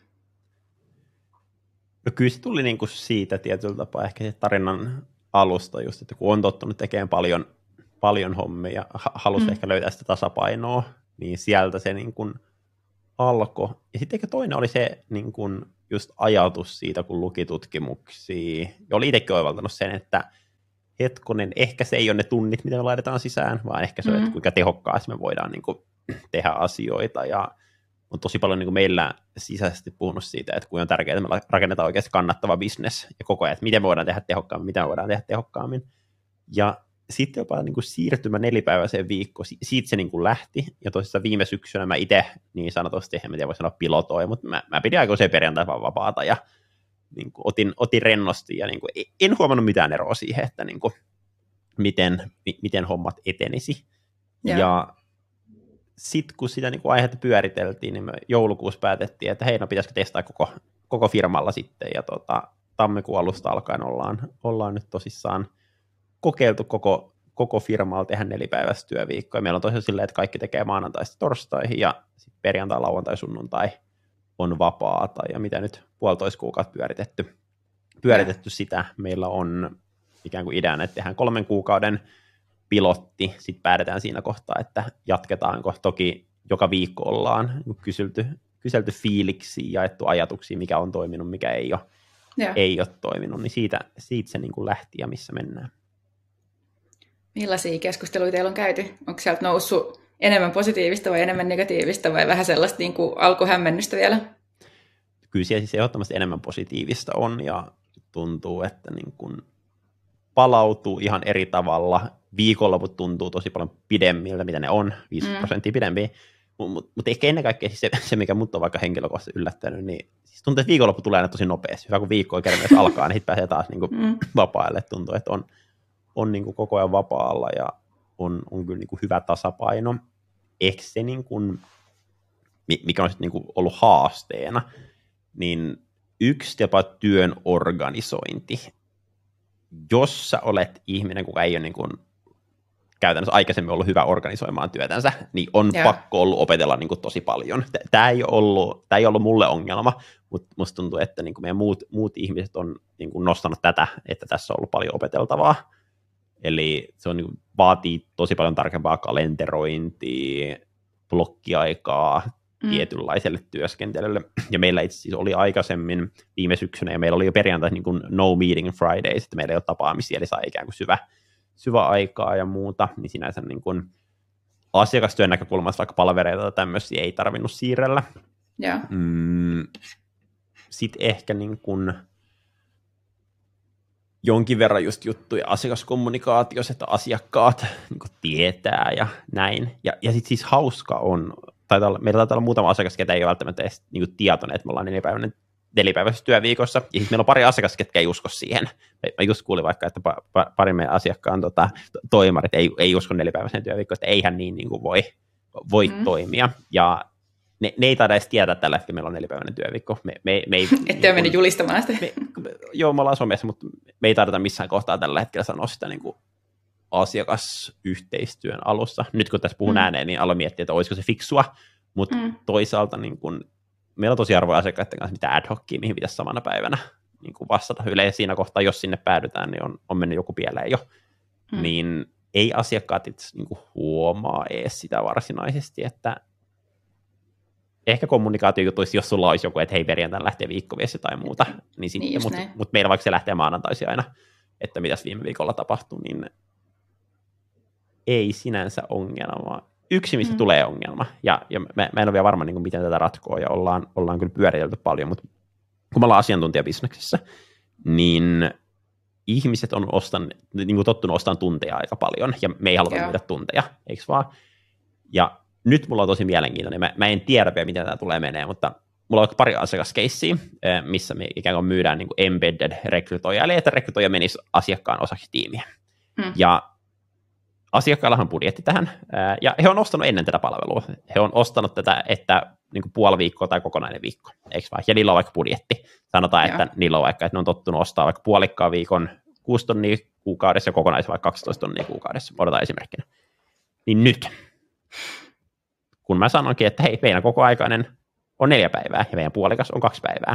No kyllä se tuli niinku siitä tietyllä tapaa ehkä se tarinan alusta just, että kun on tottunut tekemään paljon, paljon hommia ja halusi mm. ehkä löytää sitä tasapainoa, niin sieltä se niin kuin alkoi. Ja sitten ehkä toinen oli se niin kuin just ajatus siitä, kun luki tutkimuksia, ja oli itsekin oivaltanut sen, että hetkonen, ehkä se ei ole ne tunnit, mitä me laitetaan sisään, vaan ehkä se on, mm. että kuinka tehokkaasti me voidaan niin kuin tehdä asioita, ja on tosi paljon niin kuin meillä sisäisesti puhunut siitä, että kuinka on tärkeää, että me rakennetaan oikeasti kannattava business ja koko ajan, että miten me voidaan tehdä tehokkaammin, mitä me voidaan tehdä tehokkaammin. Ja sitten jopa niin kuin siirtymä nelipäiväiseen viikkoon, siitä se niin kuin lähti. Ja tosissaan viime syksynä mä itse niin sanotusti, en tiedä voi sanoa pilotoi, mutta mä, mä pidin aika usein perjantai vapaata ja niin kuin otin, otin rennosti ja niin kuin en huomannut mitään eroa siihen, että niin kuin miten, miten hommat etenisi. Ja, ja sitten kun sitä niin kuin aihetta pyöriteltiin, niin me joulukuussa päätettiin, että hei, no pitäisikö testaa koko, koko firmalla sitten, ja tota, tammikuun alusta alkaen ollaan, ollaan nyt tosissaan kokeiltu koko, koko firmalla tehdä nelipäiväistä työviikkoa. Meillä on tosiaan silleen, että kaikki tekee maanantaista torstaihin, ja sitten perjantai, lauantai, sunnuntai on vapaata, ja mitä nyt puolitoista kuukautta pyöritetty, pyöritetty sitä. Meillä on ikään kuin ideana, että tehdään kolmen kuukauden pilotti, sitten päätetään siinä kohtaa, että jatketaanko. Toki joka viikko ollaan kyselty, kyselty fiiliksi, jaettu ajatuksia, mikä on toiminut, mikä ei ole, ei ole toiminut, niin siitä, siitä se niin kuin lähti ja missä mennään. Millaisia keskusteluja teillä on käyty? Onko sieltä noussut enemmän positiivista vai enemmän negatiivista vai vähän sellaista niin kuin alkuhämmennystä vielä? Kyllä siellä siis ehdottomasti enemmän positiivista on ja tuntuu, että niin kuin palautuu ihan eri tavalla. Viikonloput tuntuu tosi paljon pidemmiltä, mitä ne on, viisi prosenttia mm. pidempiä. Mutta mut, mut ehkä ennen kaikkea siis se, se, mikä mut on vaikka henkilökohtaisesti yllättänyt, niin siis tuntuu, että viikonloppu tulee aina tosi nopeasti. Hyvä, kun viikko on kerran alkaa, niin sitten pääsee taas niin kuin mm. vapaalle. Tuntuu, että on, on niin kuin koko ajan vapaalla ja on, on kyllä niin kuin hyvä tasapaino. Ehkä se, niin kuin, mikä on niin kuin ollut haasteena, niin yksi jopa työn organisointi. Jos sä olet ihminen, kuka ei ole niin kuin käytännössä aikaisemmin ollut hyvä organisoimaan työtänsä, niin on yeah. pakko ollut opetella niin kuin tosi paljon. Tämä ei ollut, tämä ei ollut mulle ongelma, mutta musta tuntuu, että niin kuin meidän muut, muut ihmiset on niin kuin nostanut tätä, että tässä on ollut paljon opeteltavaa. Eli se on, niin kuin, vaatii tosi paljon tarkempaa kalenterointia, blokkiaikaa mm. tietynlaiselle työskentelylle. Ja meillä itse asiassa oli aikaisemmin viime syksynä, ja meillä oli jo perjantai niin kuin no meeting Fridays, että meillä ei ole tapaamisia, eli saa ikään kuin syvä, syvä aikaa ja muuta, niin sinänsä niin kuin asiakastyön näkökulmasta vaikka palvereita tai tämmöisiä ei tarvinnut siirrellä. Yeah. Mm, sitten ehkä niin kuin jonkin verran just juttuja asiakaskommunikaatiossa, että asiakkaat niin kuin tietää ja näin. Ja, ja sitten siis hauska on, taitaa olla, meillä taitaa olla muutama asiakas, ketä ei ole välttämättä edes niin kuin tietoinen, että me ollaan nelipäiväinen nelipäiväisessä työviikossa, ja sitten meillä on pari asiakasta, ketkä ei usko siihen. Mä just kuulin vaikka, että pa- pa- pari meidän asiakkaan tota, toimarit ei, ei usko nelipäiväiseen työviikkoon, että eihän niin, niin kuin voi, voi mm. toimia. Ja ne, ne ei taida edes tietää tällä hetkellä, meillä on nelipäiväinen työviikko. Me, me, me ei, Ette ole mennyt julistamaan sitä. Me, joo, me ollaan somessa, mutta me ei taideta missään kohtaa tällä hetkellä sanoa sitä niin kuin asiakasyhteistyön alussa. Nyt kun tässä puhun mm. ääneen, niin aloin miettiä, että olisiko se fiksua, mutta mm. toisaalta niin kuin meillä on tosi arvoja asiakkaiden kanssa mitä ad hockia, mihin pitäisi samana päivänä niin kuin vastata. Yleensä siinä kohtaa, jos sinne päädytään, niin on, on mennyt joku pieleen jo. Hmm. Niin ei asiakkaat itse niin kuin huomaa edes sitä varsinaisesti, että ehkä kommunikaatiojutuissa, jos sulla olisi joku, että hei, perjantaina lähtee viikkoviesti tai muuta, niin sitten, niin mutta mut meillä vaikka se lähtee maanantaisin aina, että mitäs viime viikolla tapahtui, niin ei sinänsä ongelmaa. Yksi, mistä mm. tulee ongelma, ja, ja mä, mä en ole vielä varma, niin kuin, miten tätä ratkoo, ja ollaan, ollaan kyllä pyöritelty paljon, mutta kun me ollaan asiantuntijabisneksessä, niin ihmiset on ostan, niin kuin tottunut ostamaan tunteja aika paljon, ja me ei haluta Joo. myydä tunteja, eikö vaan? Ja nyt mulla on tosi mielenkiintoinen, mä, mä en tiedä vielä, miten tämä tulee menee, mutta mulla on pari asiakaskeissiä, missä me ikään kuin myydään niin kuin embedded rekrytoija, eli että rekrytoija menisi asiakkaan osaksi tiimiä. Hmm. Ja asiakkaillahan on budjetti tähän, ja he on ostanut ennen tätä palvelua. He on ostanut tätä, että niin kuin puoli viikkoa tai kokonainen viikko, eikö vaan? Ja niillä on vaikka budjetti. Sanotaan, Joo. että niillä on vaikka, että ne on tottunut ostaa vaikka puolikkaan viikon kuusi tonnia kuukaudessa ja kokonaisen vaikka kaksitoista tonnia kuukaudessa. Odotan esimerkkinä. Niin nyt, kun mä sanonkin, että hei, meidän kokoaikainen on neljä päivää ja meidän puolikas on kaksi päivää.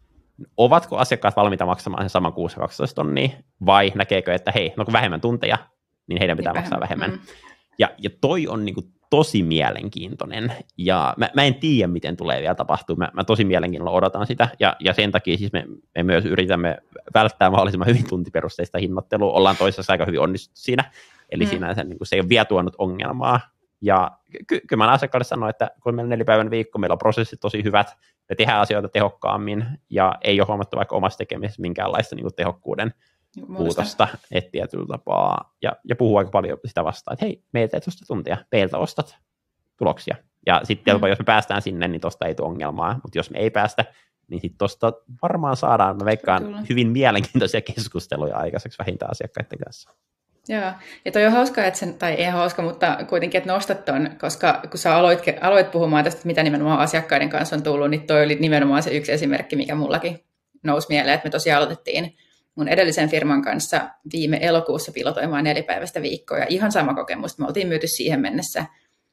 Ovatko asiakkaat valmiita maksamaan sen saman kuusi kaksitoista tonnia, vai näkeekö, että hei, no kun vähemmän tunteja, niin heidän pitää niin maksaa vähemmän. vähemmän. Mm. Ja, ja toi on niin kuin tosi mielenkiintoinen, ja mä, mä en tiedä, miten tulee vielä tapahtua. Mä, mä tosi mielenkiinnolla odotan sitä, ja, ja sen takia siis me, me myös yritämme välttää mahdollisimman hyvin tuntiperusteista hinnoittelua. Ollaan toisessa aika hyvin onnistuttu siinä, eli mm. siinä se, niin kuin, se ei ole vielä tuonut ongelmaa. Ja ky- kyllä mä asiakkaalle sanoin, että kun meillä on nelipäivän viikko, meillä on prosessit tosi hyvät, me tehdään asioita tehokkaammin, ja ei ole huomattu vaikka omassa tekemisessä minkäänlaista niin kuin tehokkuuden muutosta, että tietyllä tapaa, ja, ja puhuu aika paljon sitä vastaan, että hei, meiltä et osta tuntia, meiltä ostat tuloksia. Ja sitten mm. jos me päästään sinne, niin tosta ei tule ongelmaa, mutta jos me ei päästä, niin sitten tosta varmaan saadaan, mä veikkaan, Kyllä. hyvin mielenkiintoisia keskusteluja aikaiseksi vähintään asiakkaiden kanssa. Joo, ja toi on hauska, että sen, tai ei hauska, mutta kuitenkin, että nostat ton, koska kun sä aloit, aloit puhumaan tästä, mitä nimenomaan asiakkaiden kanssa on tullut, niin toi oli nimenomaan se yksi esimerkki, mikä mullakin nousi mieleen, että me tosiaan aloitettiin mun edellisen firman kanssa viime elokuussa pilotoimaan nelipäiväistä viikkoa, ja ihan sama kokemus, me oltiin myyty siihen mennessä,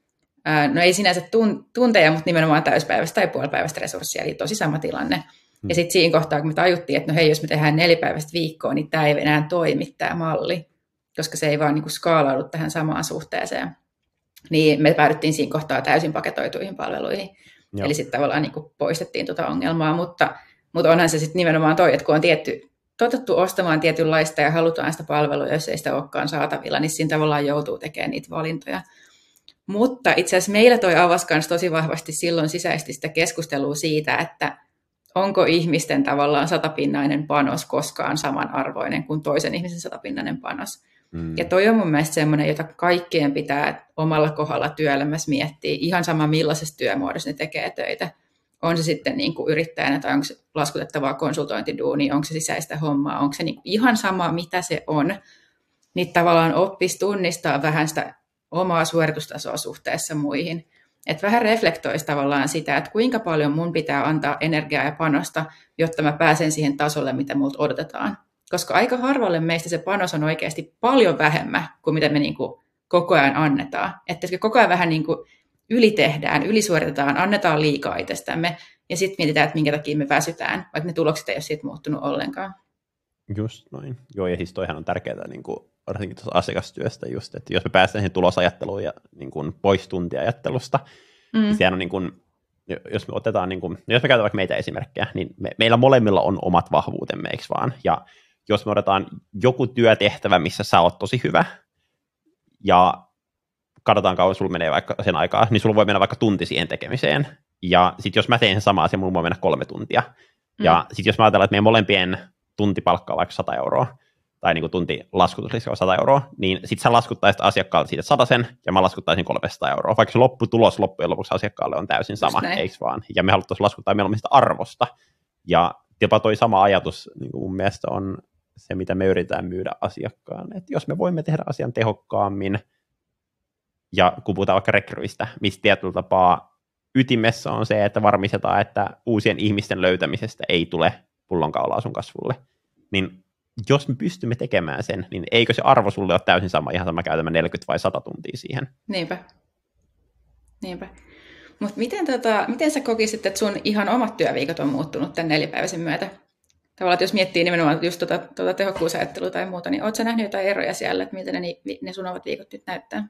ää, no ei sinänsä tunteja, mutta nimenomaan täyspäiväistä tai puolipäiväistä resurssia, eli tosi sama tilanne. Hmm. Ja sitten siinä kohtaa, kun me tajuttiin, että no hei, jos me tehdään nelipäiväistä viikkoa, niin tämä ei enää toimi, tämä malli, koska se ei vaan niin kuin skaalaudu tähän samaan suhteeseen, niin me päädyttiin siinä kohtaa täysin paketoituihin palveluihin. Joo. Eli sitten tavallaan niin kuin poistettiin tuota ongelmaa, mutta, mutta onhan se sitten nimenomaan toi, että kun on tietty, totuttu ostamaan tietynlaista ja halutaan sitä palvelua, jos ei sitä olekaan saatavilla, niin siinä tavallaan joutuu tekemään niitä valintoja. Mutta itse asiassa meillä toi avasi myös tosi vahvasti silloin sisäisesti sitä keskustelua siitä, että onko ihmisten tavallaan satapinnainen panos koskaan samanarvoinen kuin toisen ihmisen satapinnainen panos. Mm. Ja toi on mun mielestä semmoinen, jota kaikkien pitää omalla kohdalla työelämässä miettiä, ihan sama millaisessa työmuodossa ne tekee töitä. On se sitten niin kuin yrittäjänä tai onko se laskutettavaa konsultointiduunia, onko se sisäistä hommaa, onko se niin kuin ihan sama mitä se on, niin tavallaan oppisi tunnistaa vähän sitä omaa suoritustasoa suhteessa muihin. Että vähän reflektoisi tavallaan sitä, että kuinka paljon mun pitää antaa energiaa ja panosta, jotta mä pääsen siihen tasolle, mitä multa odotetaan. Koska aika harvalle meistä se panos on oikeasti paljon vähemmän kuin mitä me niinku koko ajan annetaan. Että koko ajan vähän niinku ylitehdään, ylisuoritetaan, annetaan liikaa itsestämme ja sitten mietitään, että minkä takia me väsytään, vaikka ne tulokset ei ole siitä muuttunut ollenkaan. Just noin. Joo, ja siis toihan on tärkeää niin kuin, varsinkin tuossa asiakastyöstä just, että jos me päästään siihen tulosajatteluun ja niin kuin, pois tuntiajattelusta, mm. niin sehän on niin kuin, jos me otetaan, niin kuin, jos me käytetään vaikka meitä esimerkkejä, niin me, meillä molemmilla on omat vahvuutemme, eikö vaan? Ja jos me otetaan joku työtehtävä, missä sä oot tosi hyvä, ja katsotaan kauan sulla menee vaikka sen aikaa, niin sulla voi mennä vaikka tunti siihen tekemiseen, ja sitten jos mä teen sen samaa asiaa, mulla voi mennä kolme tuntia. Mm. Ja sitten jos mä ajatellaan, että meidän molempien tuntipalkka on vaikka sata euroa, tai niin kuin tuntilaskutusliska on sata euroa, niin sitten sä laskuttaisit asiakkaalle siitä satasen, ja mä laskuttaisin kolmesataa euroa, vaikka se lopputulos loppujen lopuksi asiakkaalle on täysin sama, eikö vaan? Ja me haluttaisiin laskuttaa mieluummin sitä arvosta. Ja jopa toi sama ajatus niin kuin mun mielestä on se, mitä me yritetään myydä asiakkaan. Että jos me voimme tehdä asian tehokkaammin, ja kun puhutaan vaikka rekryistä, mistä tietyllä tapaa ytimessä on se, että varmistetaan, että uusien ihmisten löytämisestä ei tule pullonkaulaa sun kasvulle, niin jos me pystymme tekemään sen, niin eikö se arvo sulle ole täysin sama, ihan sama käytämään neljäkymmentä vai sata tuntia siihen? Niinpä. Niinpä. Mutta miten, tota, miten sä kokisit, että sun ihan omat työviikot on muuttunut tämän nelipäiväisen myötä? Tavallaan, että jos miettii nimenomaan just tuota, tuota tehokkuusajattelua tai muuta, niin ootko sä nähnyt jotain eroja siellä, että miltä ne, ne sun omat viikot nyt näyttää?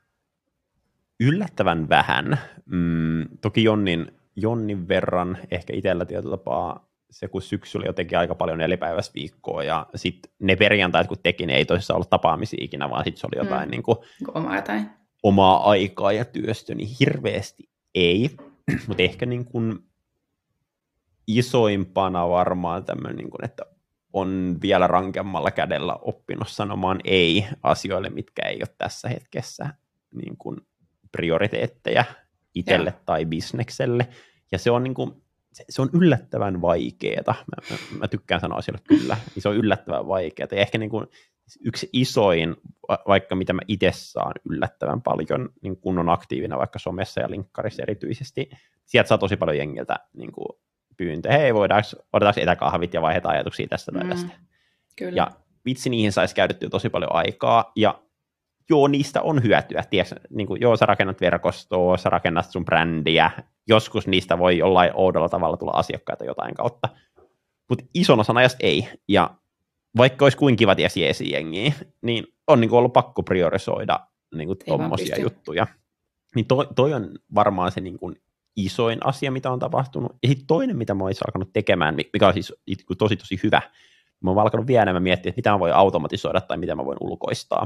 Yllättävän vähän. Mm, toki Jonnin, Jonnin verran, ehkä itsellä tietyllä tapaa se, kun syksyllä jotenkin aika paljon nelipäiväistä viikkoa, ja sitten ne perjantait, kun teki, ne ei tosissaan ollut tapaamisia ikinä, vaan sitten se oli jotain mm. niin kuin, omaa, jotain. omaa aikaa ja työstö, niin hirveästi ei, mutta ehkä niin kuin isoimpana varmaan tämmöinen, niin kuin, että on vielä rankemmalla kädellä oppinut sanomaan ei asioille, mitkä ei ole tässä hetkessä niin kuin prioriteetteja itselle ja. tai bisnekselle. Ja se on, niin kuin, se, se on yllättävän vaikeaa. Mä, mä, mä tykkään sanoa asioille kyllä. Niin se on yllättävän vaikeaa. Ja ehkä niin kuin yksi isoin, vaikka mitä mä itse saan yllättävän paljon, niin kun on aktiivina vaikka somessa ja linkkarissa erityisesti, sieltä saa tosi paljon jengiltä niin kuin pyyntöjä. Hei, voidaanko, otetaanko etäkahvit ja vaihdetaan ajatuksia tästä tai tästä. Mm, kyllä. Ja vitsi, niihin saisi käytettyä tosi paljon aikaa. Ja joo, niistä on hyötyä. Tiedätkö, niin kuin, joo, sä rakennat verkostoa, sä rakennat sun brändiä. Joskus niistä voi jollain oudolla tavalla tulla asiakkaita jotain kautta. Mutta ison osan ajasta ei. Ja vaikka olisi kuin kiva ties jeesijengiä, niin on niin kuin ollut pakko priorisoida niin kuin tommosia juttuja. Niin toi, toi on varmaan se niin kuin isoin asia, mitä on tapahtunut. Ja sitten toinen, mitä mä olisin alkanut tekemään, mikä on siis tosi tosi hyvä, mä oon alkanut vielä enemmän miettiä, että mitä mä voin automatisoida tai mitä mä voin ulkoistaa.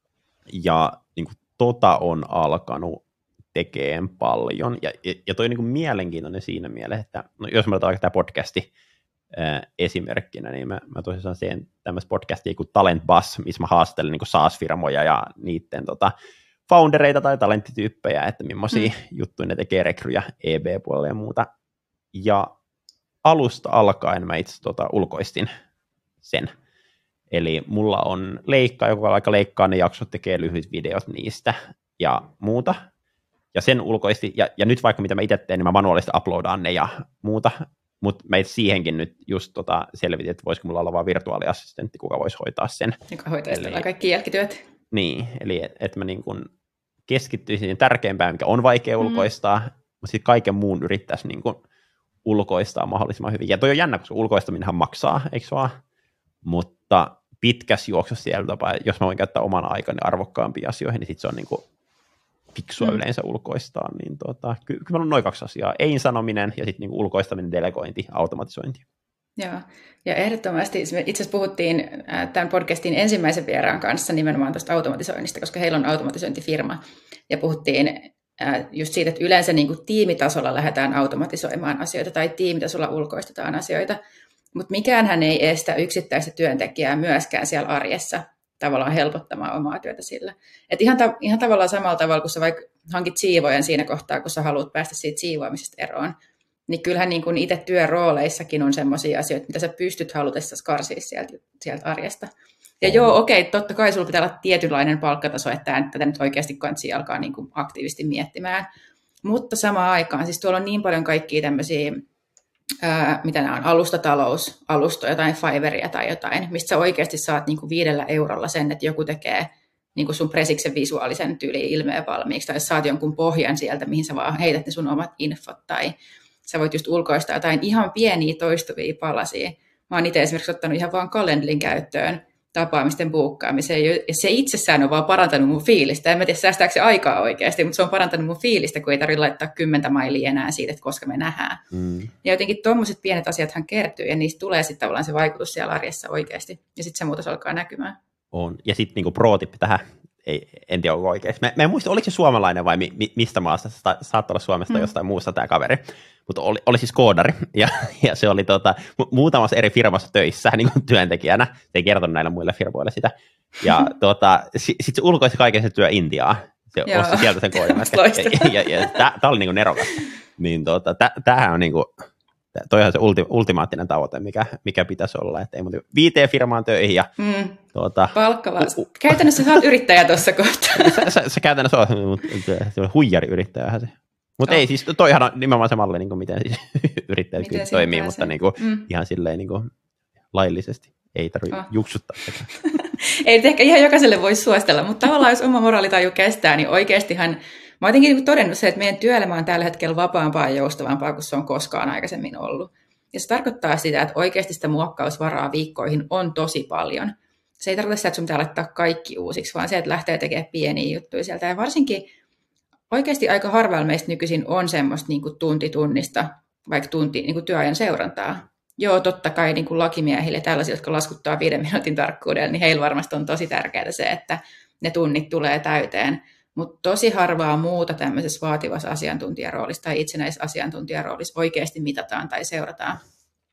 Ja niin kuin, tota on alkanut tekemään paljon. Ja, ja, ja toi on niin kuin mielenkiintoinen siinä mielessä, että no, jos mä otan vaikka tämä podcasti ää, esimerkkinä, niin mä, mä tosiaan teen tämmöistä podcastia kuin Talent Bus, missä mä haastelen niin kuin SaaS-firmoja ja niiden tota, foundereita tai talenttityyppejä, että millaisia mm. juttuja ne tekee rekryjä E B-puolella ja muuta. Ja alusta alkaen mä itse tota, ulkoistin sen. Eli mulla on leikkaa, joka aika leikkaa ne jaksot, tekee lyhyt videot niistä ja muuta. Ja sen ulkoisti, ja, ja nyt vaikka mitä mä itse teen, niin mä manuaalisesti uploadaan ne ja muuta. Mutta mä siihenkin nyt just tota selvitin, että voisiko mulla olla vaan virtuaaliassistentti, kuka voisi hoitaa sen. Joka hoitaisi eli, kaikki jälkityöt. Niin, eli että et mä niin kun keskittyisin siihen tärkeimpään, mikä on vaikea mm. ulkoistaa, mutta sitten kaiken muun yrittäisi niin kun ulkoistaa mahdollisimman hyvin. Ja toi on jännä, koska ulkoistaminenhan maksaa, eikö vaan? Mutta pitkässä juoksussa siellä tapaa, jos mä voin käyttää oman aikani arvokkaampiin asioihin, niin sitten se on niin kuin fiksua mm. yleensä ulkoistaa. Niin tota, ky- kyllä on noin kaksi asiaa. Ei sanominen ja sitten niin kuin ulkoistaminen, delegointi, automatisointi. Joo, ja ehdottomasti me itse asiassa puhuttiin tämän podcastin ensimmäisen vieraan kanssa nimenomaan tuosta automatisoinnista, koska heillä on automatisointifirma, ja puhuttiin just siitä, että yleensä niin kuin tiimitasolla lähdetään automatisoimaan asioita tai tiimitasolla ulkoistetaan asioita, mutta mikäänhän ei estä yksittäistä työntekijää myöskään siellä arjessa tavallaan helpottamaan omaa työtä sillä. Et ihan, ta- ihan tavallaan samalla tavalla, kun sä vaikka hankit siivojan siinä kohtaa, kun sä haluat päästä siitä siivoamisesta eroon, niin kyllähän niin kuin itse työrooleissakin on sellaisia asioita, mitä sä pystyt halutessasi karsia sieltä, sieltä arjesta. Ja joo, okei, totta kai sulla pitää olla tietynlainen palkkataso, että tätä nyt oikeasti kansi alkaa niin kuin aktiivisesti miettimään. Mutta samaan aikaan, siis tuolla on niin paljon kaikkia tämmöisiä, ää, mitä nämä on, alustatalous, alustoja, jotain Fiverria tai jotain, mistä sä oikeasti saat niin kuin viidellä eurolla sen, että joku tekee niin kuin sun presiksen visuaalisen tyyliin ilmeen valmiiksi, tai saat jonkun pohjan sieltä, mihin sä vaan heität ne sun omat infot, tai sä voit just ulkoistaa jotain ihan pieniä toistuvia palasia. Mä oon itse esimerkiksi ottanut ihan vaan Calendlyn käyttöön tapaamisten buukkaamiseen, ja se itsessään on vaan parantanut mun fiilistä. En mä tiedä, säästääkö se aikaa oikeasti, mutta se on parantanut mun fiilistä, kun ei tarvitse laittaa kymmentä mailia enää siitä, että koska me nähdään. Mm. Ja jotenkin tuommoiset pienet asiathan kertyy, ja niistä tulee sitten tavallaan se vaikutus siellä arjessa oikeasti, ja sitten se muutos alkaa näkymään. On. Ja sitten niinku pro-tippi tähän, ei, en tiedä onko oikein. Mä, mä en muista, oliko se suomalainen vai mi, mi, mistä maasta, saattaa olla Suomesta mm. jostain muusta tämä kaveri, mutta oli, oli siis koodari, ja, ja se oli tota, muutamassa eri firmassa töissä niin kuin työntekijänä, se ei kertonut näille muille firmoille sitä, ja tota, sitten sit se ulkoisi kaiken se työ Intiaa, se Joo. osti sieltä sen koodamätkä, ja, ja, ja, ja tämä oli niin kuin nerokas, niin tota, tämähän on niin kuin, toihan se ulti, ultimaattinen tavoite, mikä, mikä pitäisi olla, että ei muuta viiteen firmaan töihin. Ja, mm. tuota, palkkavasta. Uh, käytännössä sä oot yrittäjä tuossa kohtaa. Sä, sä, sä käytännössä oot, mutta huijariyrittäjähän se. Mutta oh. ei, siis toihan on nimenomaan se malli, niin kuin miten siis yrittäjät miten toimii, mutta niin kuin, mm. ihan silleen niin kuin laillisesti. Ei tarvitse oh. juksuttaa sitä. Ei ehkä ihan jokaiselle voi suostella, mutta tavallaan jos oma moraalitaju kestää, niin oikeastihan mä oon jotenkin todennut se, että meidän työelämä on tällä hetkellä vapaampaa ja joustavampaa kuin se on koskaan aikaisemmin ollut. Ja se tarkoittaa sitä, että oikeasti sitä muokkausvaraa viikkoihin on tosi paljon. Se ei tarkoita sitä, että sun pitää laittaa kaikki uusiksi, vaan se, että lähtee tekemään pieniä juttuja sieltä. Ja varsinkin oikeasti aika harvalla meistä nykyisin on semmoista niin kuin tunti tunnista, vaikka tunti niin kuin työajan seurantaa. Joo, totta kai niin kuin lakimiehille, tällaisia, jotka laskuttaa viiden minuutin tarkkuudella, niin heillä varmasti on tosi tärkeää se, että ne tunnit tulee täyteen. Mutta tosi harvaa muuta tämmöisessä vaativassa asiantuntijaroolissa tai itsenäisessä asiantuntijaroolissa oikeasti mitataan tai seurataan.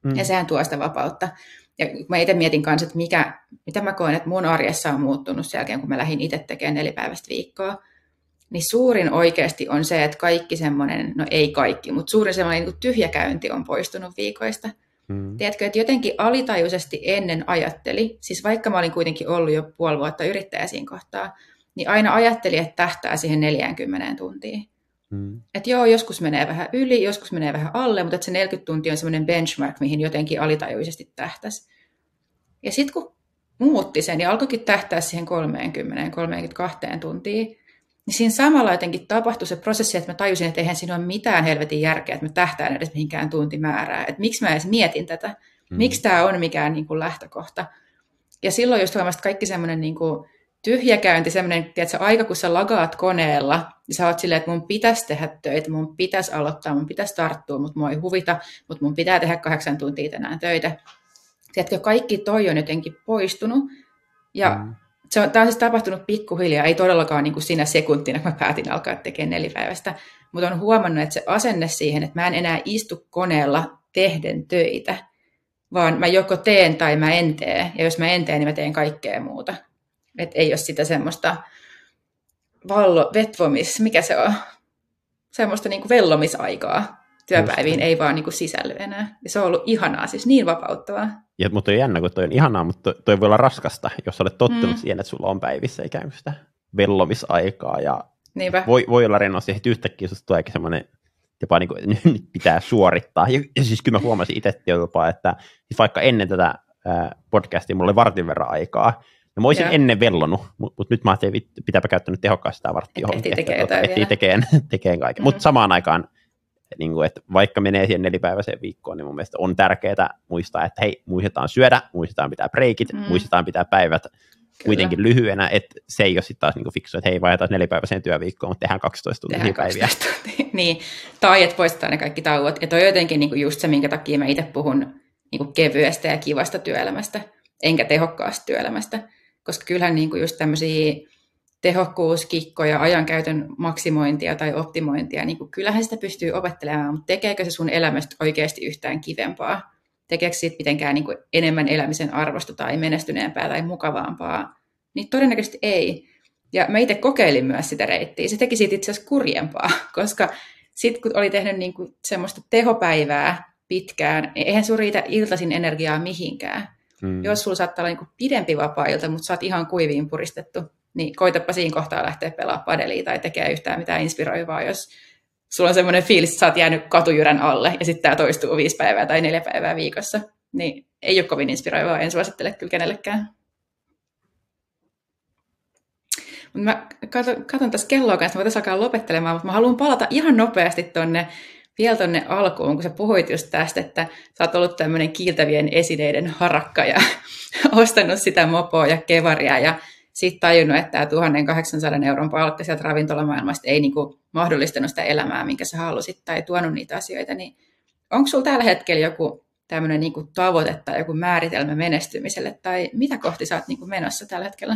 Mm. Ja sehän tuo sitä vapautta. Ja mä itse mietin kanssa, että mikä, mitä mä koen, että mun arjessa on muuttunut sen jälkeen, kun mä lähdin itse tekemään nelipäiväistä viikkoa. Niin suurin oikeasti on se, että kaikki semmoinen, no ei kaikki, mutta suurin semmoinen niin kuin tyhjäkäynti on poistunut viikoista. Mm. Tiedätkö, että jotenkin alitajuisesti ennen ajatteli, siis vaikka mä olin kuitenkin ollut jo puoli vuotta yrittäjä siinä kohtaa, niin aina ajatteli, että tähtää siihen neljäänkymmeneen tuntiin. Mm. Että joo, joskus menee vähän yli, joskus menee vähän alle, mutta että se neljäkymmentä tuntia on semmoinen benchmark, mihin jotenkin alitajuisesti tähtäisi. Ja sitten kun muutti sen ja alkoikin tähtää siihen kolmekymmentä kolmekymmentäkaksi tuntiin, niin siinä samalla jotenkin tapahtui se prosessi, että mä tajusin, että eihän siinä ole mitään helvetin järkeä, että mä tähtään edes mihinkään tuntimäärää. Että miksi mä edes mietin tätä? Mm. Miksi tämä on mikään niin kuin lähtökohta? Ja silloin just huomasi kaikki semmoinen niin kuin tyhjäkäynti, semmoinen, tiedätkö, aika kun sä lagaat koneella, niin sä oot silleen, että mun pitäisi tehdä töitä, mun pitäisi aloittaa, mun pitäisi tarttua, mutta mua ei huvita, mutta mun pitää tehdä kahdeksan tuntia tänään töitä. Tiedätkö, kaikki toi on jotenkin poistunut. Ja mm. se on, tämä on siis tapahtunut pikkuhiljaa, ei todellakaan niin kuin siinä sekuntina, kun mä päätin alkaa tekemään nelipäiväistä, mutta on huomannut, että se asenne siihen, että mä en enää istu koneella tehden töitä, vaan mä joko teen tai mä en tee, ja jos mä en tee, niin mä teen kaikkea muuta. Että ei ole sitä semmoista vallo, vetvomis, mikä se on, semmoista niin kuin vellomisaikaa työpäiviin, ei vaan niin kuin sisälly enää. Ja se on ollut ihanaa, siis niin vapauttavaa. Ja, mutta on jännä, kun toi on ihanaa, mutta toi voi olla raskasta, jos olet tottunut mm. siihen, että sulla on päivissä ikään kuin sitä vellomisaikaa. Ja voi, voi olla rennosti, että yhtäkkiä susta tuleekin semmoinen, jopa niin kuin, että nyt pitää suorittaa. Ja, ja siis kyllä mä huomasin itse jopa, että siis vaikka ennen tätä ää, podcastia mulla oli vartin verran aikaa, ja mä olisin ja. ennen vellonut, mutta mut nyt mä ajattelin, että pitääpä käyttää nyt tehokkaasti sitä varttia johonkin. Ehtii tekee jotain vielä. tekeen, tekeen kaiken. Mm-hmm. Mutta samaan aikaan, niin kuin, että vaikka menee siihen nelipäiväiseen viikkoon, niin mun mielestä on tärkeää muistaa, että hei, muistetaan syödä, muistetaan pitää breikit, mm. muistetaan pitää päivät Kyllä. kuitenkin lyhyenä, että se ei ole sitten taas niin kuin fiksu, että hei, vaihdetaan nelipäiväiseen työviikkoon, mutta tehdään kaksitoista tuntia päiviä. Niin, tai että poistetaan ne kaikki tauot. Ja toi on jotenkin niin kuin just se, minkä takia mä itse puhun niin kuin kevyestä ja kivasta työelämästä, enkä tehokkaasta työelämästä. Koska kyllähän niin kuin just tämmöisiä tehokkuuskikkoja, ajankäytön maksimointia tai optimointia, niin kuin kyllähän sitä pystyy opettelemaan, mutta tekeekö se sun elämästä oikeasti yhtään kivempaa? Tekeekö siitä mitenkään niin kuin enemmän elämisen arvosta tai menestyneempää tai mukavampaa? Niin todennäköisesti ei. Ja mä itse kokeilin myös sitä reittiä. Se teki siitä itse asiassa kurjempaa, koska sitten kun oli tehnyt niin kuin semmoista tehopäivää pitkään, niin eihän sun riitä iltaisin energiaa mihinkään. Hmm. Jos sulla saattaa olla niin kuin pidempi vapaa-ilta, mutta sä oot ihan kuiviin puristettu, niin koitapa siinä kohtaa lähteä pelaamaan padelia tai tekee yhtään mitään inspiroivaa, jos sulla on semmoinen fiilis, että sä oot jäänyt katujyrän alle ja sitten tämä toistuu viisi päivää tai neljä päivää viikossa, niin ei ole kovin inspiroivaa, en suosittele kyllä kenellekään. Mutta mä katson, katson tässä kelloa kanssa, mä voitaisiin alkaa lopettelemaan, mutta mä haluan palata ihan nopeasti tonne, vielä tonne alkuun, kun sä puhuit just tästä, että sä oot ollut tämmöinen kiiltävien esineiden harakka ja ostanut sitä mopoa ja kevaria ja sitten tajunnut, että tämä tuhatkahdeksansataa euron palkka sieltä ravintolamaailmasta ei niinku mahdollistanut sitä elämää, minkä sä halusit tai tuonut niitä asioita, niin onko sulla tällä hetkellä joku tämmöinen niinku tavoite tai joku määritelmä menestymiselle tai mitä kohti sä oot niinku menossa tällä hetkellä?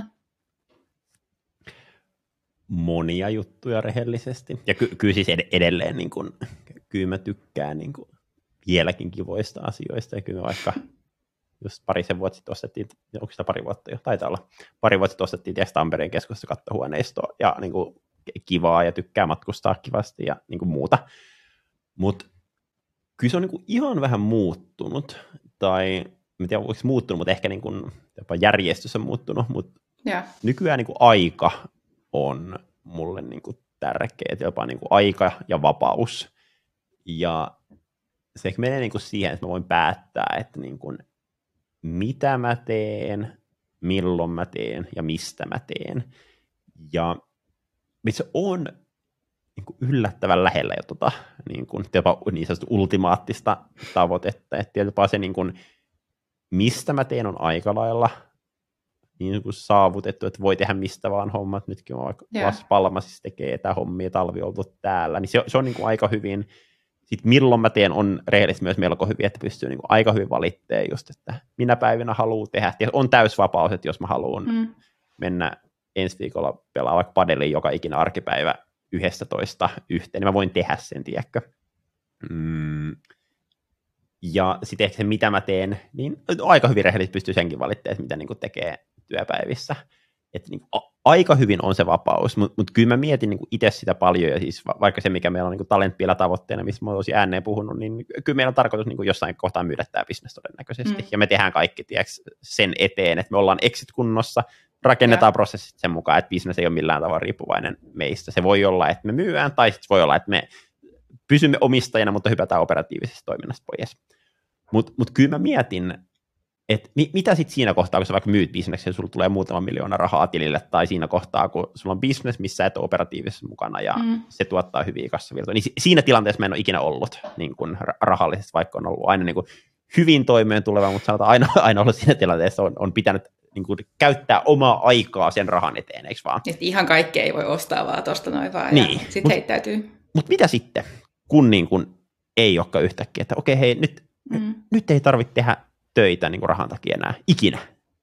Monia juttuja rehellisesti. Ja ky- kyllä siis ed- edelleen niin kun, kyllä mä tykkään niin kun, vieläkin kivoista asioista. Ja kyllä vaikka just parisen vuotta sitten ostettiin, onko sitä pari vuotta jo, taitaa olla, pari vuotta sitten ostettiin tietysti Tampereen keskustassa kattohuoneistoa ja niin kun, kivaa ja tykkää matkustaa kivasti ja niin kun, muuta. Mutta kyllä se on niin kun, ihan vähän muuttunut. Tai en tiedä, onko muuttunut, mutta ehkä niin kun, jopa järjestys on muuttunut. Mutta nykyään niin kun, aika on mulle niin kuin tärkeä, jopa niin kuin aika ja vapaus. Ja se menee niin kuin siihen, että mä voin päättää, että niin kuin mitä mä teen, milloin mä teen ja mistä mä teen. Ja se on niin kuin yllättävän lähellä jo tota, niin kuin, jopa niin sanotusti ultimaattista tavoitetta. Että jopa se, niin kuin, mistä mä teen, on aika lailla niin kuin saavutettu, että voi tehdä mistä vaan hommat. Nytkin on vaikka Las Palmasissa tekee etähommia, talvi on ollut täällä, niin se, se on niin kuin aika hyvin. Sitten milloin mä teen, on rehellisesti myös melko hyvin, että pystyy niin kuin aika hyvin valittamaan just, että minä päivinä haluaa tehdä. Ja on täysvapaus, että jos mä haluan mm. mennä ensi viikolla pelaa vaikka padeliin joka ikinä arkipäivä yhdestätoista yhteen, niin mä voin tehdä sen, tiedätkö. Mm. Ja sitten ehkä se, mitä mä teen, niin aika hyvin rehellisesti pystyy senkin valittamaan, että mitä niin kuin tekee työpäivissä. Että niin kuin, aika hyvin on se vapaus, mutta mut kyllä mä mietin niin kuin itse sitä paljon, ja siis vaikka se, mikä meillä on niin Talentpiillä tavoitteena, missä mä oon tosi ääneen puhunut, niin kyllä meillä on tarkoitus niin kuin jossain kohtaa myydä tämä bisnes todennäköisesti. Mm. Ja me tehdään kaikki tiiäks, sen eteen, että me ollaan exit-kunnossa, rakennetaan ja. prosessit sen mukaan, että bisnes ei ole millään tavalla riippuvainen meistä. Se voi olla, että me myydään, tai sitten voi olla, että me pysymme omistajana, mutta hypätään operatiivisesta toiminnasta pois. Mutta mut kyllä mä mietin, että mi- mitä sitten siinä kohtaa, kun sä vaikka myyt bisneksen, sulla tulee muutama miljoona rahaa tilille, tai siinä kohtaa, kun sulla on bisnes, missä et ole operatiivisessa mukana, ja mm. se tuottaa hyviä kassavirtoja. Niin si- siinä tilanteessa mä en ole ikinä ollut niin kun rahallisesti, vaikka on ollut aina niin kun hyvin toimeen tuleva, mutta sanotaan aina, aina ollut siinä tilanteessa, on, on pitänyt niin kun käyttää omaa aikaa sen rahan eteen, eikö vaan? Et ihan kaikkea ei voi ostaa vaan tuosta noin vaan, niin. ja sitten heittäytyy. Mutta mitä sitten, kun, niin kun ei olekaan yhtäkkiä, että okei, hei, nyt, mm. nyt ei tarvitse tehdä töitä niin kuin rahan takia enää ikinä,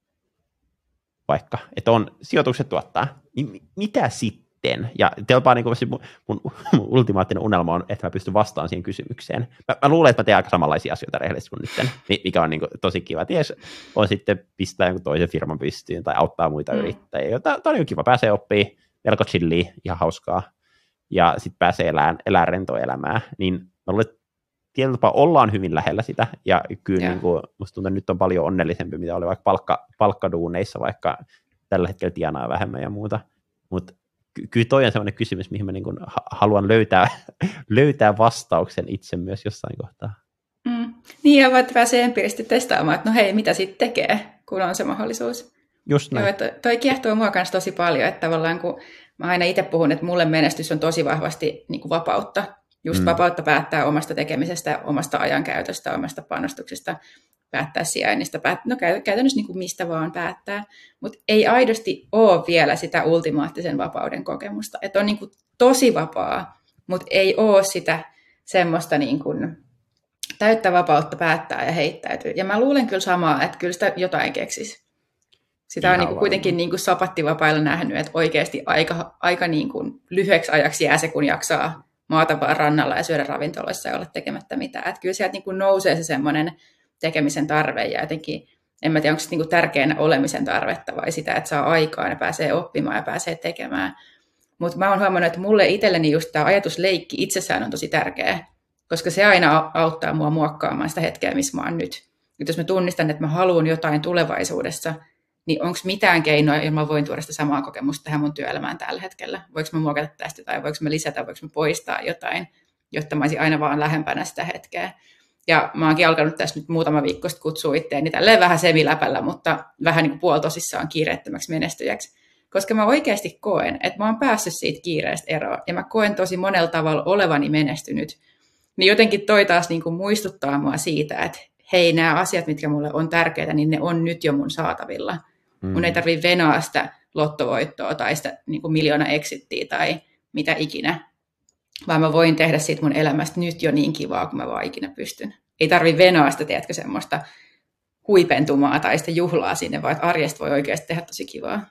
vaikka, että on sijoitukset tuottaa, niin mitä sitten? Ja telpaa niin kuin mun, mun, mun ultimaattinen unelma on, että mä pystyn vastaamaan siihen kysymykseen. Mä, mä luulen, että mä teen aika samanlaisia asioita rehellisesti kuin nyt, mikä on niin kuin tosi kiva. Ties on sitten pistää jonkun toisen firman pystyyn tai auttaa muita mm. yrittäjiä. Tämä on niin kiva, pääsee oppimaan, melko chillia, ihan hauskaa, ja sitten pääsee elämään, elämään rentoa elämää. Niin mä luulen, että tietyllä tapaa ollaan hyvin lähellä sitä, ja kyllä niin kuin, musta tuntuu, että nyt on paljon onnellisempi, mitä oli vaikka palkka, palkkaduuneissa, vaikka tällä hetkellä tienaa vähemmän ja muuta, mutta ky- kyllä toi on sellainen kysymys, mihin mä niin kuin haluan löytää, löytää vastauksen itse myös jossain kohtaa. Mm. Niin, ja voit pääsee empiirisesti testaamaan, että no hei, mitä sitten tekee, kun on se mahdollisuus. Just näin. Joo, että toi kiehtoo mua kanssa tosi paljon, että tavallaan kun mä aina itse puhun, että mulle menestys on tosi vahvasti niin kuin vapautta, just mm. vapautta päättää omasta tekemisestä, omasta ajankäytöstä, omasta panostuksesta, päättää sijainnista, päät- no käytännössä niin kuin mistä vaan päättää, mutta ei aidosti ole vielä sitä ultimaattisen vapauden kokemusta, että on niin kuin tosi vapaa, mutta ei ole sitä semmoista niin kuin täyttä vapautta päättää ja heittäytyy. Ja mä luulen kyllä samaa, että kyllä sitä jotain keksisi. Sitä on niin kuin kuitenkin niin kuin sapattivapailla nähnyt, että oikeasti aika, aika niin kuin lyhyeksi ajaksi jää se, kun jaksaa maata vaan rannalla ja syödä ravintoloissa ja olla tekemättä mitään. Että kyllä sieltä niin kuin nousee se semmoinen tekemisen tarve ja jotenkin, en mä tiedä, onko se niin kuin tärkeänä olemisen tarvetta vai sitä, että saa aikaa ja pääsee oppimaan ja pääsee tekemään. Mutta mä oon huomannut, että mulle itselleni just tämä ajatusleikki itsessään on tosi tärkeä, koska se aina auttaa mua muokkaamaan sitä hetkeä, missä mä oon nyt. Nyt jos mä tunnistan, että mä haluan jotain tulevaisuudessa, niin onko mitään keinoa, jolla mä voin tuoda sitä samaa kokemusta tähän mun työelämään tällä hetkellä? Voinko mä muokata tästä jotain, voinko mä lisätä, voinko mä poistaa jotain, jotta mä olisin aina vaan lähempänä sitä hetkeä. Ja mä oonkin alkanut tässä nyt muutama viikko sitten kutsua itteeni tälleen vähän semiläpällä, mutta vähän niin kuin puolitosissaan kiireettömäksi menestyjäksi. Koska mä oikeasti koen, että mä oon päässyt siitä kiireestä eroon, ja mä koen tosi monella tavalla olevani menestynyt. Niin jotenkin toi taas niin kuin muistuttaa mua siitä, että hei, nämä asiat, mitkä mulle on tärkeitä, niin ne on nyt jo mun saatavilla. Mm. Mun ei tarvitse venaa sitä lottovoittoa tai sitä niin kuin miljoona exittiä tai mitä ikinä, vaan mä voin tehdä siitä mun elämästä nyt jo niin kivaa, kuin mä vaan ikinä pystyn. Ei tarvitse venaa sitä, tiedätkö, semmoista huipentumaa tai sitä juhlaa sinne, vaan arjesta voi oikeasti tehdä tosi kivaa.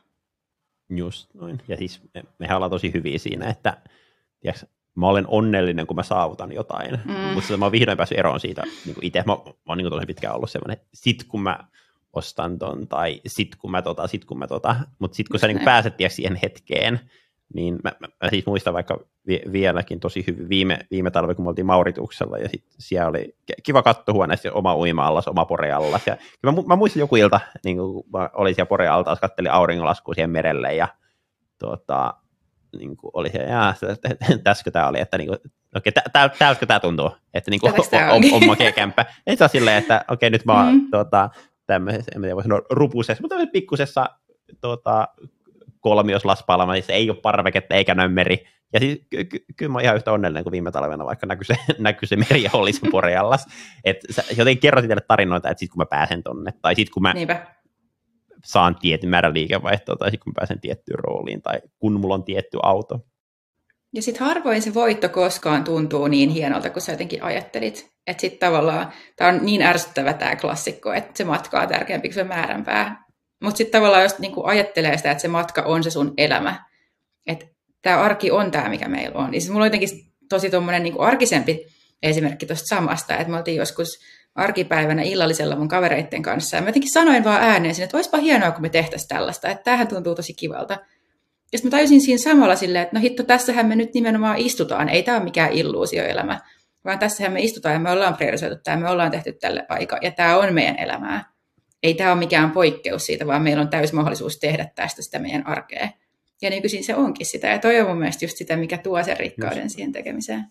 Just noin. Ja siis me, mehän ollaan tosi hyviä siinä, että tiedätkö, mä olen onnellinen, kun mä saavutan jotain, mm. mutta mä oon vihdoin päässyt eroon siitä niin itse. Mä, mä oon niin tosi pitkään ollut semmoinen, että sit kun mä ostan ton, tai sit kun mä tota, sit kun mä tota, mutta sit kun Just sä niin pääset tiedätkö, siihen hetkeen, niin mä, mä, mä siis muistan vaikka vi, vieläkin tosi hyvin viime, viime talvi, kun me oltiin Maurituksella, ja sit siellä oli kiva kattohuoneessa, oma uima-allas, oma poreallas, ja mä, mä muistan joku ilta, niin kun mä olin siellä porealtaassa, kattelin auringonlaskua siihen merelle, ja tota, niin kuin oli se, jaa, täskö tämä oli, että niin kuin, okei, täältä tämä tuntuu, että niin kuin, on, on makea kämppä. Ei saa silleen, että okei, nyt mä oon mm. tota, tämmöisessä, en tiedä, voi sanoa rupusessa, mutta tämmöisessä pikkusessa tota, kolmioslaspaalla, missä ei ole parveketta eikä näy meri. Ja siis ky- ky- kyllä mä oon ihan yhtä onnellinen kuin viime talvena, vaikka näkyy se, näkyy se meri ja oli se Borealas. Että sä jotenkin kerrotin teille tarinoita, että sit kun mä pääsen tonne, tai sit kun mä Niinpä. saan tietyn määrän liikevaihtoa, tai sit kun mä pääsen tiettyyn rooliin, tai kun mulla on tietty auto. Ja sitten harvoin se voitto koskaan tuntuu niin hienolta, kun sä jotenkin ajattelit. Että sitten tavallaan, tämä on niin ärsyttävä tämä klassikko, että se matka on tärkeämpi kuin se määränpää. Mutta sitten tavallaan jos niinku ajattelee sitä, että se matka on se sun elämä, että tämä arki on tämä, mikä meillä on. Niin siis mulla on jotenkin tosi tuommoinen niinku arkisempi esimerkki tuosta samasta, että me oltiin joskus arkipäivänä illallisella mun kavereitten kanssa. Ja mä jotenkin sanoin vaan ääneen sinne, että olisipa hienoa, kun me tehtäisiin tällaista, että tämähän tuntuu tosi kivalta. Ja sitten mä tajusin siinä samalla silleen, että no hitto, tässähän me nyt nimenomaan istutaan, ei tämä ole mikään illuusioelämä, vaan tässähän me istutaan ja me ollaan priorisoitu tämä, me ollaan tehty tälle aika, ja tämä on meidän elämää. Ei tämä ole mikään poikkeus siitä, vaan meillä on täysi mahdollisuus tehdä tästä sitä meidän arkea. Ja nykyisin se onkin sitä, ja toi on mun mielestä just sitä, mikä tuo sen rikkauden just siihen tekemiseen.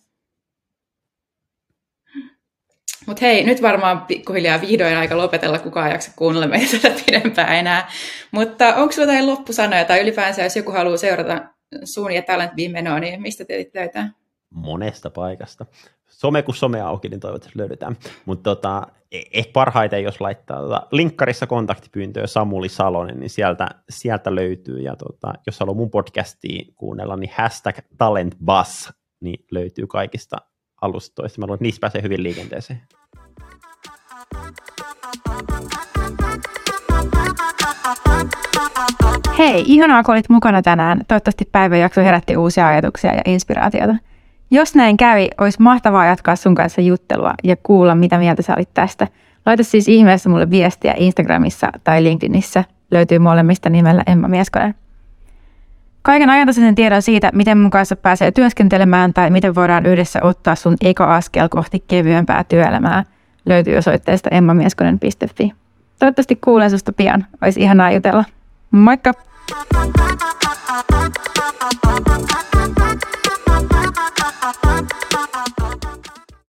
Mutta hei, nyt varmaan pikkuhiljaa vihdoin aika lopetella, kukaan jaksa kuunnella meitä tätä pidempään enää. Mutta onko sinulla jotain loppusanoja, tai ylipäänsä, jos joku haluaa seurata sun ja Talent-Beam menoa, niin mistä teidät löytää? Monesta paikasta. Some kun some auki, niin toivottavasti löydetään. Mutta tota, ehkä parhaiten, jos laittaa tota, linkkarissa kontaktipyyntöä Samuli Salonen, niin sieltä, sieltä löytyy. Ja tota, jos haluaa mun podcastia kuunnella, niin hashtag talentbus niin löytyy kaikista alustoista. Mä luulen, että niistä pääsee hyvin liikenteeseen. Hei, ihanaa kun olit mukana tänään. Toivottavasti päivän jakso herätti uusia ajatuksia ja inspiraatiota. Jos näin kävi, olisi mahtavaa jatkaa sun kanssa juttelua ja kuulla, mitä mieltä sä olit tästä. Laita siis ihmeessä mulle viestiä Instagramissa tai LinkedInissä. Löytyy molemmista nimellä Emma Mieskonen. Kaiken ajantasaisen tiedon siitä, miten mun kanssa pääsee työskentelemään tai miten voidaan yhdessä ottaa sun eka askel kohti kevyempää työelämää, löytyy osoitteesta emma mieskonen piste fi. Toivottavasti kuulen susta pian. Olisi ihanaa jutella. Moikka!